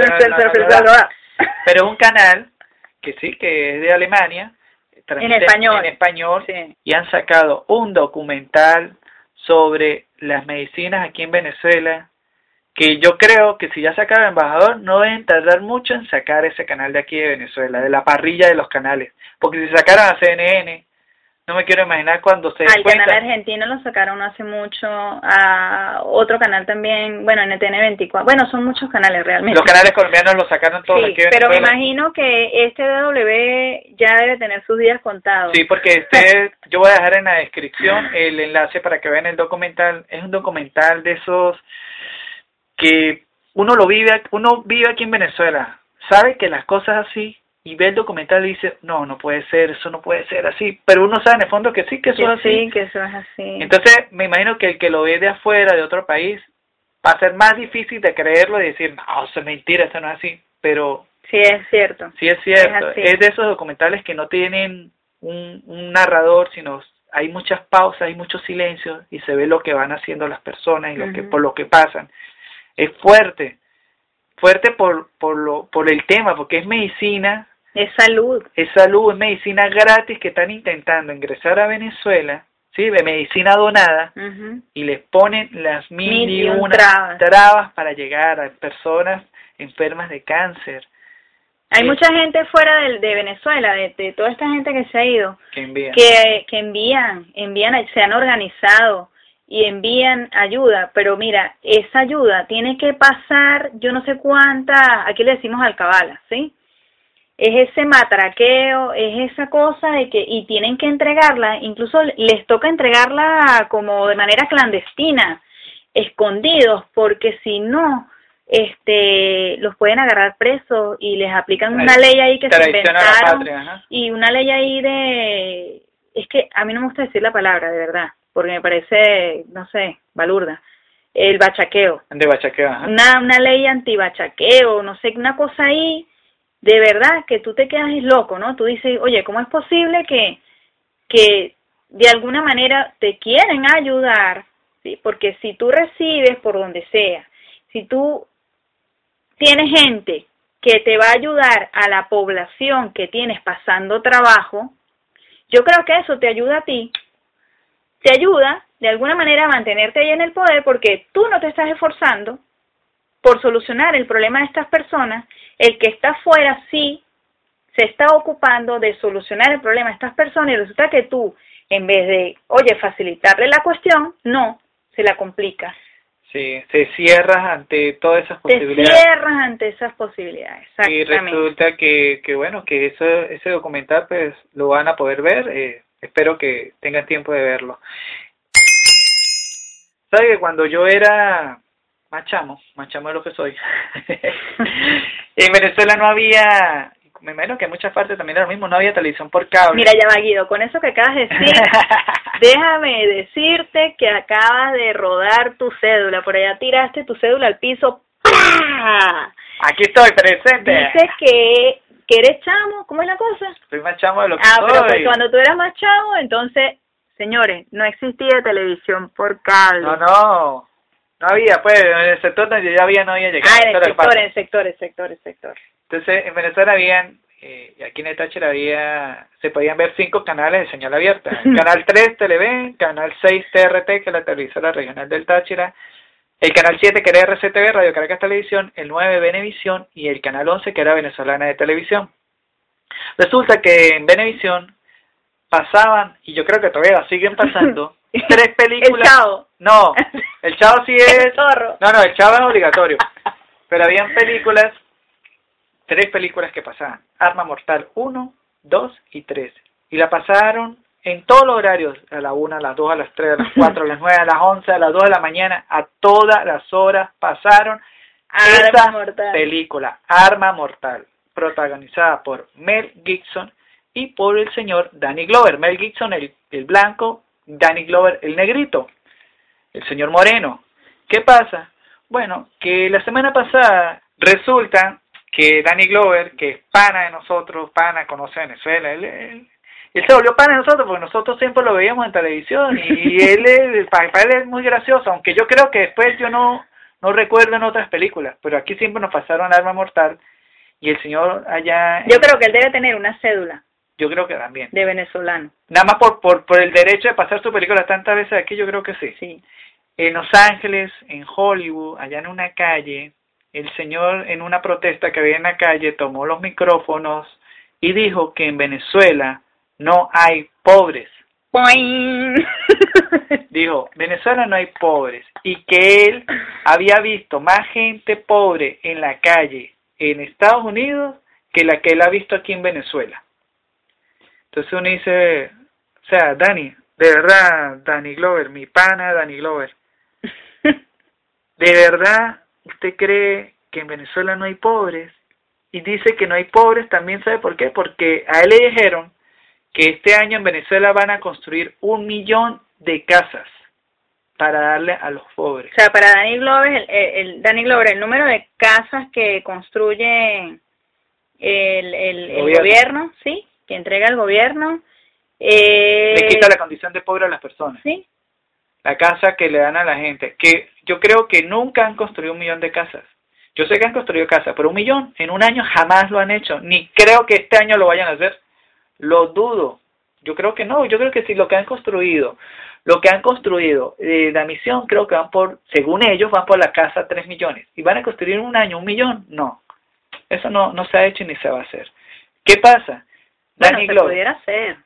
A: pero es un canal que sí, que es de Alemania,
B: en español,
A: en español
B: sí.
A: Y han sacado un documental sobre las medicinas aquí en Venezuela, que yo creo que si ya sacaron el embajador, no deben tardar mucho en sacar ese canal de aquí de Venezuela, de la parrilla de los canales, porque si sacaran a C N N, no me quiero imaginar cuando se
B: Al
A: cuenta.
B: canal argentino lo sacaron hace mucho, a otro canal también, bueno, N T N veinticuatro, bueno, son muchos canales realmente.
A: Los canales colombianos lo sacaron todos
B: sí,
A: aquí en
B: pero
A: Venezuela.
B: me imagino que este D W ya debe tener sus días contados.
A: Sí, porque este, yo voy a dejar en la descripción el enlace para que vean el documental. Es un documental de esos que uno lo vive, uno vive aquí en Venezuela, sabe que las cosas así, y ve el documental y dice, no, no puede ser, eso no puede ser así, pero uno sabe en el fondo que sí, que eso
B: que
A: es así.
B: Sí, que eso es así.
A: Entonces, me imagino que el que lo ve de afuera, de otro país, va a ser más difícil de creerlo y decir, no, eso es mentira, eso no es así, pero...
B: Sí, es cierto.
A: Sí, es cierto.
B: Es,
A: es de esos documentales que no tienen un, un narrador, sino hay muchas pausas, hay muchos silencios y se ve lo que van haciendo las personas y lo uh-huh. que por lo que pasan. Es fuerte, fuerte por, por, lo, por el tema, porque es medicina...
B: Es salud.
A: Es salud, es medicina gratis que están intentando ingresar a Venezuela, ¿sí? De medicina donada, uh-huh. y les ponen las mil, mil y una trabas. trabas para llegar a personas enfermas de cáncer.
B: Hay sí. mucha gente fuera de, de Venezuela, de, de toda esta gente que se ha ido,
A: que envían,
B: que, que envían, envían, se han organizado y envían ayuda, pero mira, esa ayuda tiene que pasar, yo no sé cuánta, aquí le decimos alcabala, ¿sí? Es ese matraqueo, es esa cosa de que, y tienen que entregarla, incluso les toca entregarla como de manera clandestina, escondidos, porque si no, este, los pueden agarrar presos y les aplican una ley ahí que se inventaron, patria, y una ley ahí de, es que a mí no me gusta decir la palabra, de verdad, porque me parece, no sé, balurda, el bachaqueo.
A: De bachaqueo, ajá.
B: Una, una ley antibachaqueo, no sé, una cosa ahí, de verdad que tú te quedas loco, ¿no? Tú dices, oye, ¿cómo es posible que, que de alguna manera te quieren ayudar? ¿Sí? Porque si tú recibes por donde sea, si tú tienes gente que te va a ayudar a la población que tienes pasando trabajo, yo creo que eso te ayuda a ti, te ayuda de alguna manera a mantenerte ahí en el poder porque tú no te estás esforzando por solucionar el problema de estas personas. El que está afuera sí se está ocupando de solucionar el problema de estas personas y resulta que tú, en vez de, oye, facilitarle la cuestión, no, se la complicas.
A: Sí, te cierras ante todas esas posibilidades.
B: Te cierras ante esas posibilidades, exactamente.
A: Y resulta que, que bueno, que eso, ese documental pues lo van a poder ver, eh, espero que tengan tiempo de verlo. ¿Sabes que cuando yo era... más chamo, más chamo de lo que soy. En Venezuela no había, me imagino que en muchas partes también era lo mismo, no había televisión por cable.
B: Mira, ya va, Guido, con eso que acabas de decir, déjame decirte que acabas de rodar tu cédula, por allá tiraste tu cédula al piso. ¡Pah!
A: Aquí estoy, presente.
B: Dices que, que eres chamo, ¿cómo es la cosa?
A: Soy más chamo de lo que
B: ah,
A: soy.
B: Ah, pero pues cuando tú eras más chamo, entonces, señores, no existía televisión por cable.
A: No, no. No había, pues, en el sector donde yo ya había, no había llegado.
B: Ah, en el sector, en el sector, el sector, el sector.
A: Entonces, en Venezuela habían, eh, y aquí en el Táchira había, se podían ver cinco canales de señal abierta. Canal tres, Televen, Canal seis, T R T, que es la televisora regional del Táchira, el Canal siete, que era R C T V, Radio Caracas Televisión, el nueve, Venevisión, y el Canal once, que era Venezolana de Televisión. Resulta que en Venevisión pasaban, y yo creo que todavía siguen pasando, tres películas.
B: El Chavo.
A: No, el Chavo sí es...
B: El zorro.
A: No, no, el Chavo es obligatorio. Pero habían películas, tres películas que pasaban. Arma Mortal uno, dos y tres. Y la pasaron en todos los horarios. A la una, a las dos, a las tres, a las cuatro, a las nueve, a las once, a las dos de la mañana. A todas las horas pasaron
B: Arma
A: esa
B: Mortal.
A: película. Arma Mortal. Protagonizada por Mel Gibson y por el señor Danny Glover. Mel Gibson, el, el blanco, Danny Glover, el negrito, el señor moreno. ¿Qué pasa? Bueno, que la semana pasada resulta que Danny Glover, que es pana de nosotros, pana, conoce Venezuela, él, él, él se volvió pana de nosotros porque nosotros siempre lo veíamos en televisión y él, es, para, para él es muy gracioso, aunque yo creo que después yo no, no recuerdo en otras películas, pero aquí siempre nos pasaron Arma Mortal y el señor allá...
B: Yo creo que él debe tener una cédula.
A: Yo creo que también.
B: De venezolano.
A: Nada más por, por, por el derecho de pasar su película tantas veces aquí, yo creo que sí.
B: Sí.
A: En Los Ángeles, en Hollywood, allá en una calle, el señor en una protesta que había en la calle tomó los micrófonos y dijo que en Venezuela no hay pobres. Dijo, Venezuela no hay pobres. Y que él había visto más gente pobre en la calle en Estados Unidos que la que él ha visto aquí en Venezuela. Entonces uno dice, o sea, Dani, de verdad, Danny Glover, mi pana Danny Glover, de verdad, usted cree que en Venezuela no hay pobres? Y dice que no hay pobres, también ¿sabe por qué? Porque a él le dijeron que este año en Venezuela van a construir un millón de casas para darle a los pobres.
B: O sea, para Danny Glover, el, el, el, Danny Glover, el número de casas que construye el, el, el gobierno. gobierno, ¿sí? Que entrega el gobierno. Eh,
A: le quita la condición de pobre a las personas.
B: Sí.
A: La casa que le dan a la gente. Que yo creo que nunca han construido un millón de casas. Yo sé que han construido casas, pero un millón en un año jamás lo han hecho. Ni creo que este año lo vayan a hacer. Lo dudo. Yo creo que no. Yo creo que si lo que han construido, lo que han construido, eh, la misión creo que van por, según ellos, van por la casa tres millones. ¿Y van a construir en un año un millón? No. Eso no, no se ha hecho ni se va a hacer. ¿Qué pasa?
B: Bueno,
A: Danny
B: se
A: Glover.
B: pudiera hacer.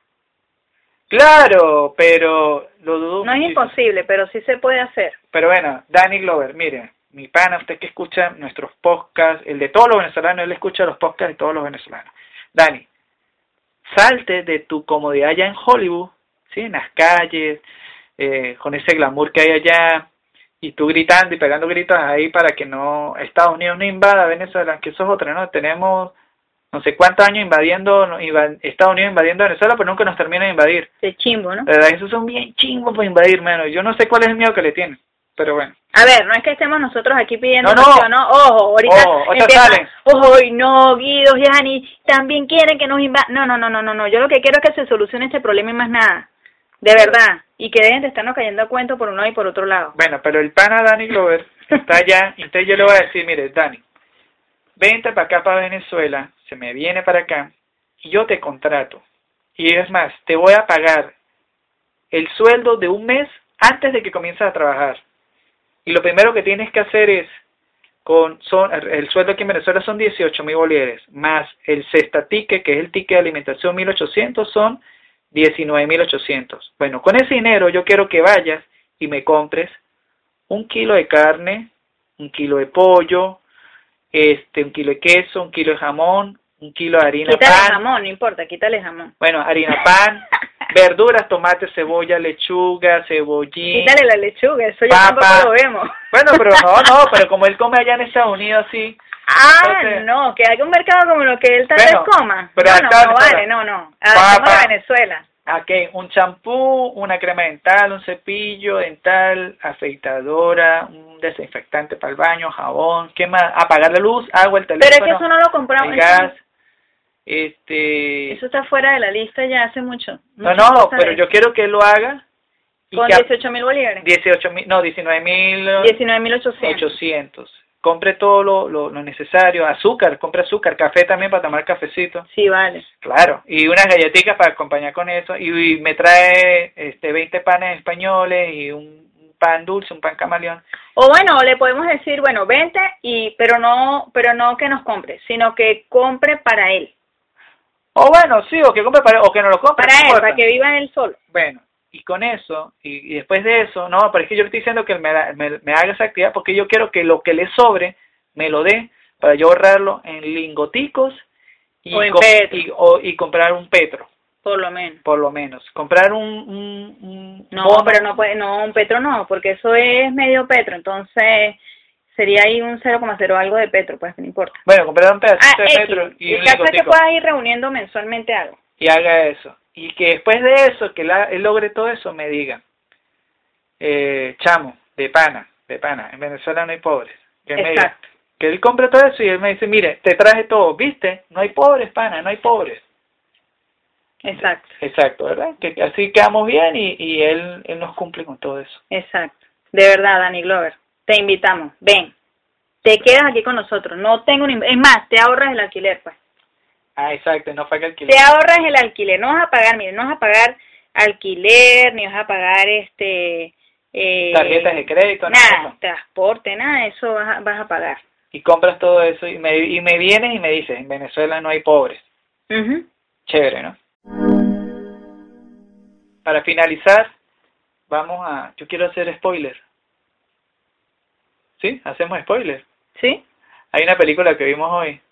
A: Claro, pero lo dudo
B: No es
A: muchísimo.
B: imposible, pero sí se puede hacer.
A: Pero bueno, Danny Glover, mire, mi pana, usted que escucha nuestros podcasts, el de todos los venezolanos, él escucha los podcasts de todos los venezolanos. Danny, salte de tu comodidad allá en Hollywood, ¿sí? En las calles, eh, con ese glamour que hay allá, y tú gritando y pegando gritos ahí para que no Estados Unidos no invada Venezuela, que eso es otra, ¿no? Tenemos no sé cuántos años invadiendo, invad, Estados Unidos invadiendo Venezuela, pero nunca nos terminan de invadir.
B: De chimbo, ¿no?
A: ¿Verdad? Esos son bien chimbos para invadir, mano. Yo no sé cuál es el miedo que le tienen, pero bueno.
B: A ver, no es que estemos nosotros aquí pidiendo
A: no, no.
B: ¿no? Ojo, ahorita
A: Ojo,
B: empieza,
A: salen.
B: ojo, y no, Guido, Yani, también quieren que nos invadan. No, no, no, no, no, no. Yo lo que quiero es que se solucione este problema y más nada. De verdad. Y que dejen de estarnos cayendo a cuento por un lado y por otro lado.
A: Bueno, pero el pana Danny Glover está allá, y entonces yo le voy a decir, mire, Danny, vente para acá, para Venezuela, se me viene para acá, y yo te contrato. Y es más, te voy a pagar el sueldo de un mes antes de que comiences a trabajar. Y lo primero que tienes que hacer es, con son el sueldo aquí en Venezuela son dieciocho mil bolívares, más el cesta ticket, que es el ticket de alimentación mil ochocientos, son diecinueve mil ochocientos. Bueno, con ese dinero yo quiero que vayas y me compres un kilo de carne, un kilo de pollo, este, un kilo de queso, un kilo de jamón, un kilo de harina,
B: quítale
A: pan.
B: jamón, no importa, quítale jamón.
A: Bueno, harina, pan, verduras, tomate, cebolla, lechuga, cebollín.
B: Quítale la lechuga, eso ya
A: papa.
B: tampoco lo vemos.
A: Bueno, pero no, no, pero como él come allá en Estados Unidos, sí.
B: Ah,
A: entonces,
B: no, que haga un mercado como lo que él tal
A: bueno,
B: vez coma.
A: pero
B: No, no,
A: acá,
B: no vale, no, no. Adaptemos a Venezuela.
A: Aquí, un champú, una crema dental, un cepillo dental, afeitadora, un desinfectante para el baño, jabón, ¿qué más? Apagar la luz, agua, el teléfono,
B: pero es que eso no lo compramos.
A: el gas, este...
B: Eso está fuera de la lista ya hace mucho.
A: No, no, pero yo quiero que él lo haga. Y
B: con
A: que
B: dieciocho mil bolívares.
A: dieciocho mil, no, diecinueve mil.
B: diecinueve mil ochocientos.
A: ochocientos. Compre todo lo, lo, lo necesario, azúcar, compre azúcar, café también para tomar cafecito.
B: Sí, vale.
A: Claro, y unas galletitas para acompañar con eso, y, y me trae este veinte panes españoles y un pan dulce, un pan camaleón.
B: O bueno, le podemos decir, bueno, vente, y pero no pero no que nos compre, sino que compre para él.
A: O bueno, sí, o que compre para o que no lo compre.
B: Para
A: no
B: él,
A: importa.
B: para que viva él solo.
A: Bueno, y con eso, y, y después de eso, no, pero es que yo le estoy diciendo que me, me, me haga esa actividad porque yo quiero que lo que le sobre me lo dé para yo ahorrarlo en lingoticos y,
B: o en
A: com
B: petro.
A: y, o, y comprar un petro.
B: Por lo menos.
A: Por lo menos. Comprar un... un, un
B: no,
A: bono.
B: pero no puede, no, un petro no, porque eso es medio petro, entonces sería ahí un cero coma cero algo de petro, pues no importa.
A: Bueno, comprar un pedacito
B: ah,
A: de
B: X,
A: petro y un
B: el caso es que
A: lingotico.
B: puedas ir reuniendo mensualmente algo.
A: Y haga eso. Y que después de eso, que la, él logre todo eso, me diga, eh, chamo, de pana, de pana, en Venezuela no hay pobres. Que él me diga, que él compre todo eso y él me dice, mire, te traje todo, ¿viste? No hay pobres, pana, no hay pobres.
B: Exacto.
A: Exacto, ¿verdad? Que así quedamos bien y, y él, él nos cumple con todo eso.
B: Exacto. De verdad, Danny Glover, te invitamos, ven, te quedas aquí con nosotros, no tengo ni... Es más, te ahorras el alquiler, pues.
A: Ah, exacto, no paga alquiler.
B: Te ahorras el alquiler, no vas a pagar, mire, no vas a pagar alquiler, ni vas a pagar este... Eh,
A: tarjetas de crédito,
B: nada,
A: nada,
B: transporte, nada, eso vas a, vas a pagar.
A: Y compras todo eso y me, y me vienes y me dices, en Venezuela no hay pobres.
B: Uh-huh.
A: Chévere, ¿no? Para finalizar, vamos a... Yo quiero hacer spoiler. ¿Sí? ¿Hacemos spoiler?
B: ¿Sí?
A: Hay una película que vimos hoy.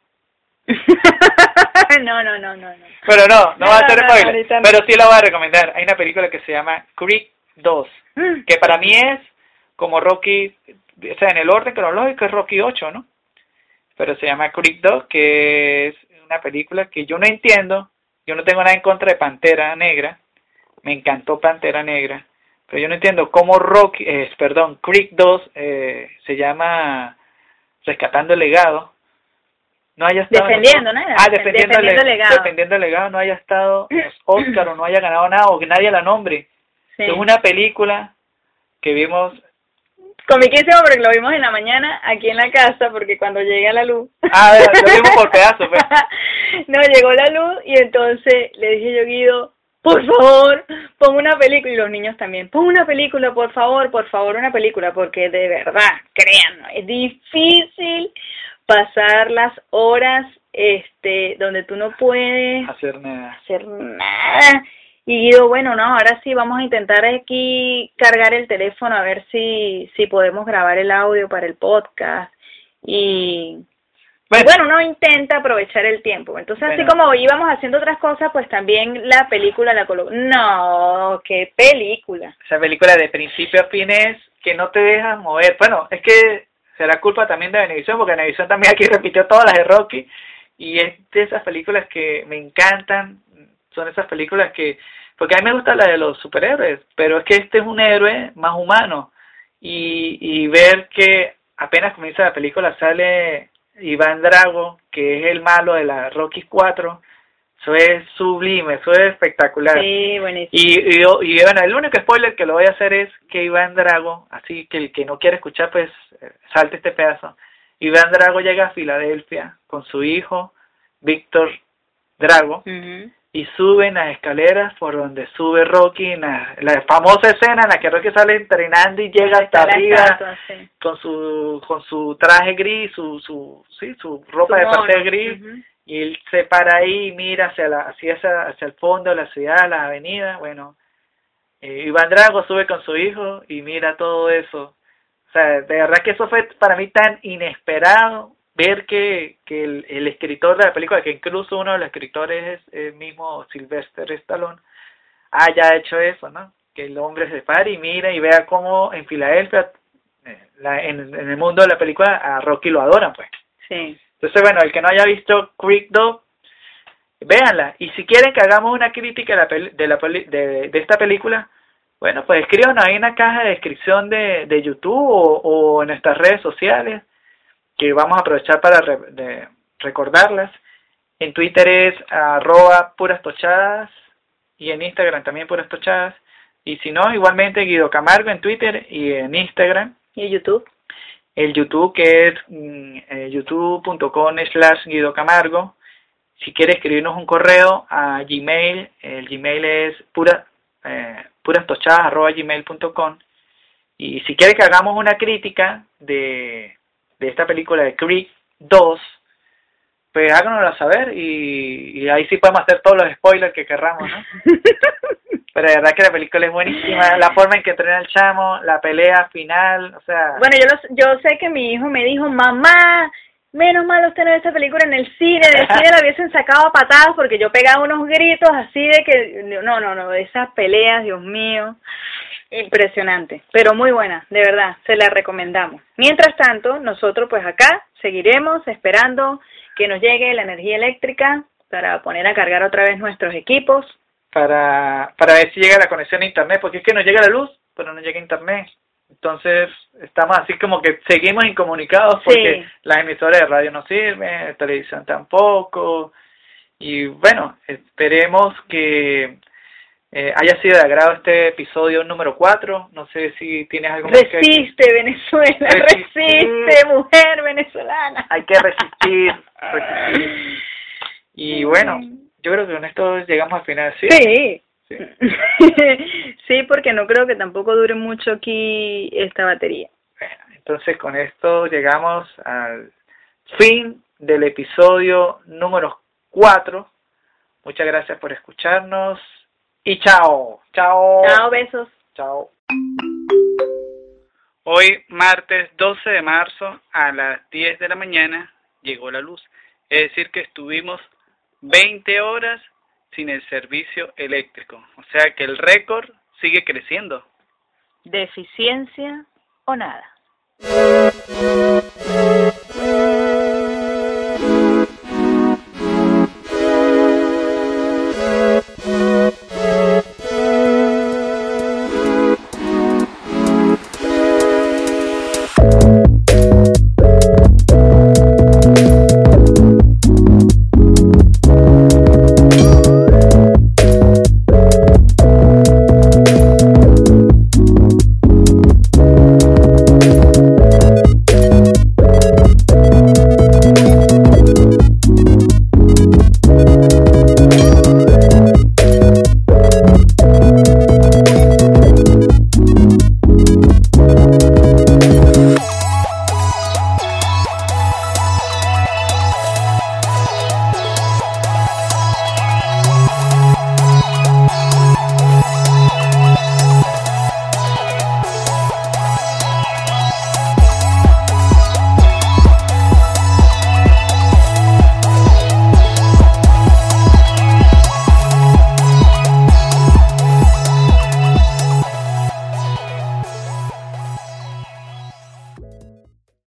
B: no, no, no, no, no.
A: Pero no, no, no va a ser
B: no,
A: spoiler.
B: No,
A: pero sí la voy a recomendar. Hay una película que se llama Creed dos. Mm. Que para mí es como Rocky o sea, en el orden cronológico es Rocky ocho, ¿no? Pero se llama Creed dos, que es una película que yo no entiendo. Yo no tengo nada en contra de Pantera Negra, me encantó Pantera Negra, pero yo no entiendo cómo Rocky, eh, perdón, Creed dos eh, se llama Rescatando el Legado, no haya estado
B: defendiendo, ¿no?
A: Ah, defendiendo,
B: defendiendo
A: el legado. Defendiendo el legado, no haya estado en los Oscar o no haya ganado nada o que nadie la nombre. Sí. Es una película que vimos
B: comiquísimo porque lo vimos en la mañana aquí en la casa porque cuando llegue la luz.
A: Ah, lo vimos por pedazos, pues.
B: No, llegó la luz y entonces le dije yo, Guido, por favor, pon una película, y los niños también, pon una película, por favor, por favor, una película, porque de verdad, créanme, es difícil pasar las horas este donde tú no puedes
A: hacer nada.
B: Hacer nada. Y Guido, bueno, no, ahora sí vamos a intentar aquí cargar el teléfono a ver si si podemos grabar el audio para el podcast. Y bueno, bueno uno intenta aprovechar el tiempo. Entonces, bueno, así como íbamos haciendo otras cosas, pues también la película la coloco. No, qué película.
A: Esa película de principio a fin es que no te dejas mover. Bueno, es que será culpa también de Venevisión, porque Venevisión también aquí repitió todas las de Rocky. Y es de esas películas que me encantan. Son esas películas que, porque a mí me gusta la de los superhéroes, pero es que este es un héroe más humano, y, y ver que apenas comienza la película sale Iván Drago, que es el malo de la Rocky cuatro, eso es sublime, eso es espectacular.
B: Sí, buenísimo.
A: Y, y, y bueno, el único spoiler que lo voy a hacer es que Iván Drago, así que el que no quiere escuchar, pues salte este pedazo. Iván Drago llega a Filadelfia con su hijo, Víctor Drago, uh-huh, y suben las escaleras por donde sube Rocky, en la, la famosa escena en la que Rocky sale entrenando y llega hasta arriba estatua, sí, con su con su traje gris, su su sí, su ropa su de paseo gris, uh-huh, y él se para ahí y mira hacia la hacia hacia, hacia el fondo de la ciudad, las avenidas. Bueno, eh, Iván Drago sube con su hijo y mira todo eso. O sea, de verdad que eso fue para mí tan inesperado, ver que, que el, el escritor de la película, que incluso uno de los escritores es el mismo Sylvester Stallone, haya hecho eso, ¿no? Que el hombre se pare y mira y vea cómo en Filadelfia, la, en, en el mundo de la película, a Rocky lo adoran, pues.
B: Sí.
A: Entonces, bueno, el que no haya visto Creed dos, véanla. Y si quieren que hagamos una crítica de, la peli, de, la peli, de, de esta película, bueno, pues escríbanos ahí en la caja de descripción de, de YouTube o, o en nuestras redes sociales, que vamos a aprovechar para re, de, recordarlas. En Twitter es arroba puras tochadas y en Instagram también puras tochadas. Y si no, igualmente Guido Camargo en Twitter y en Instagram.
B: ¿Y en YouTube?
A: El YouTube, que es eh, youtube punto com slash Guido Camargo. Si quiere escribirnos un correo a Gmail, el Gmail es pura, eh, purastochadas arroba gmail punto com. Y si quiere que hagamos una crítica de... de esta película de Creed dos, pues háganoslo saber y, y ahí sí podemos hacer todos los spoilers que querramos, ¿no? Pero de verdad que la película es buenísima, la forma en que entrena el chamo, la pelea final, o sea...
B: Bueno, yo lo, yo sé que mi hijo me dijo, mamá, menos mal usted no ve esta película en el cine, en el cine la hubiesen sacado a patadas porque yo pegaba unos gritos así de que, no, no, no, esas peleas, Dios mío... Impresionante, pero muy buena, de verdad, se la recomendamos. Mientras tanto, nosotros pues acá seguiremos esperando que nos llegue la energía eléctrica para poner a cargar otra vez nuestros equipos.
A: Para, para ver si llega la conexión a internet, porque es que nos llega la luz, pero no llega internet. Entonces, estamos así como que seguimos incomunicados porque sí, las emisoras de radio no sirven, de televisión tampoco. Y bueno, esperemos que... Eh, haya sido de agrado este episodio número cuatro. No sé si tienes algo más que...
B: Resiste, Venezuela, resiste, resiste, mujer venezolana.
A: Hay que resistir, resistir. Y bueno, yo creo que con esto llegamos al final, ¿sí?
B: Sí. Sí. Sí, porque no creo que tampoco dure mucho aquí esta batería.
A: Bueno, entonces con esto llegamos al fin del episodio número cuatro. Muchas gracias por escucharnos. Y chao, chao.
B: Chao, besos.
A: Chao. Hoy, martes doce de marzo, a las diez de la mañana, llegó la luz. Es decir, que estuvimos veinte horas sin el servicio eléctrico. O sea que el récord sigue creciendo.
B: ¿Deficiencia o nada? Bye.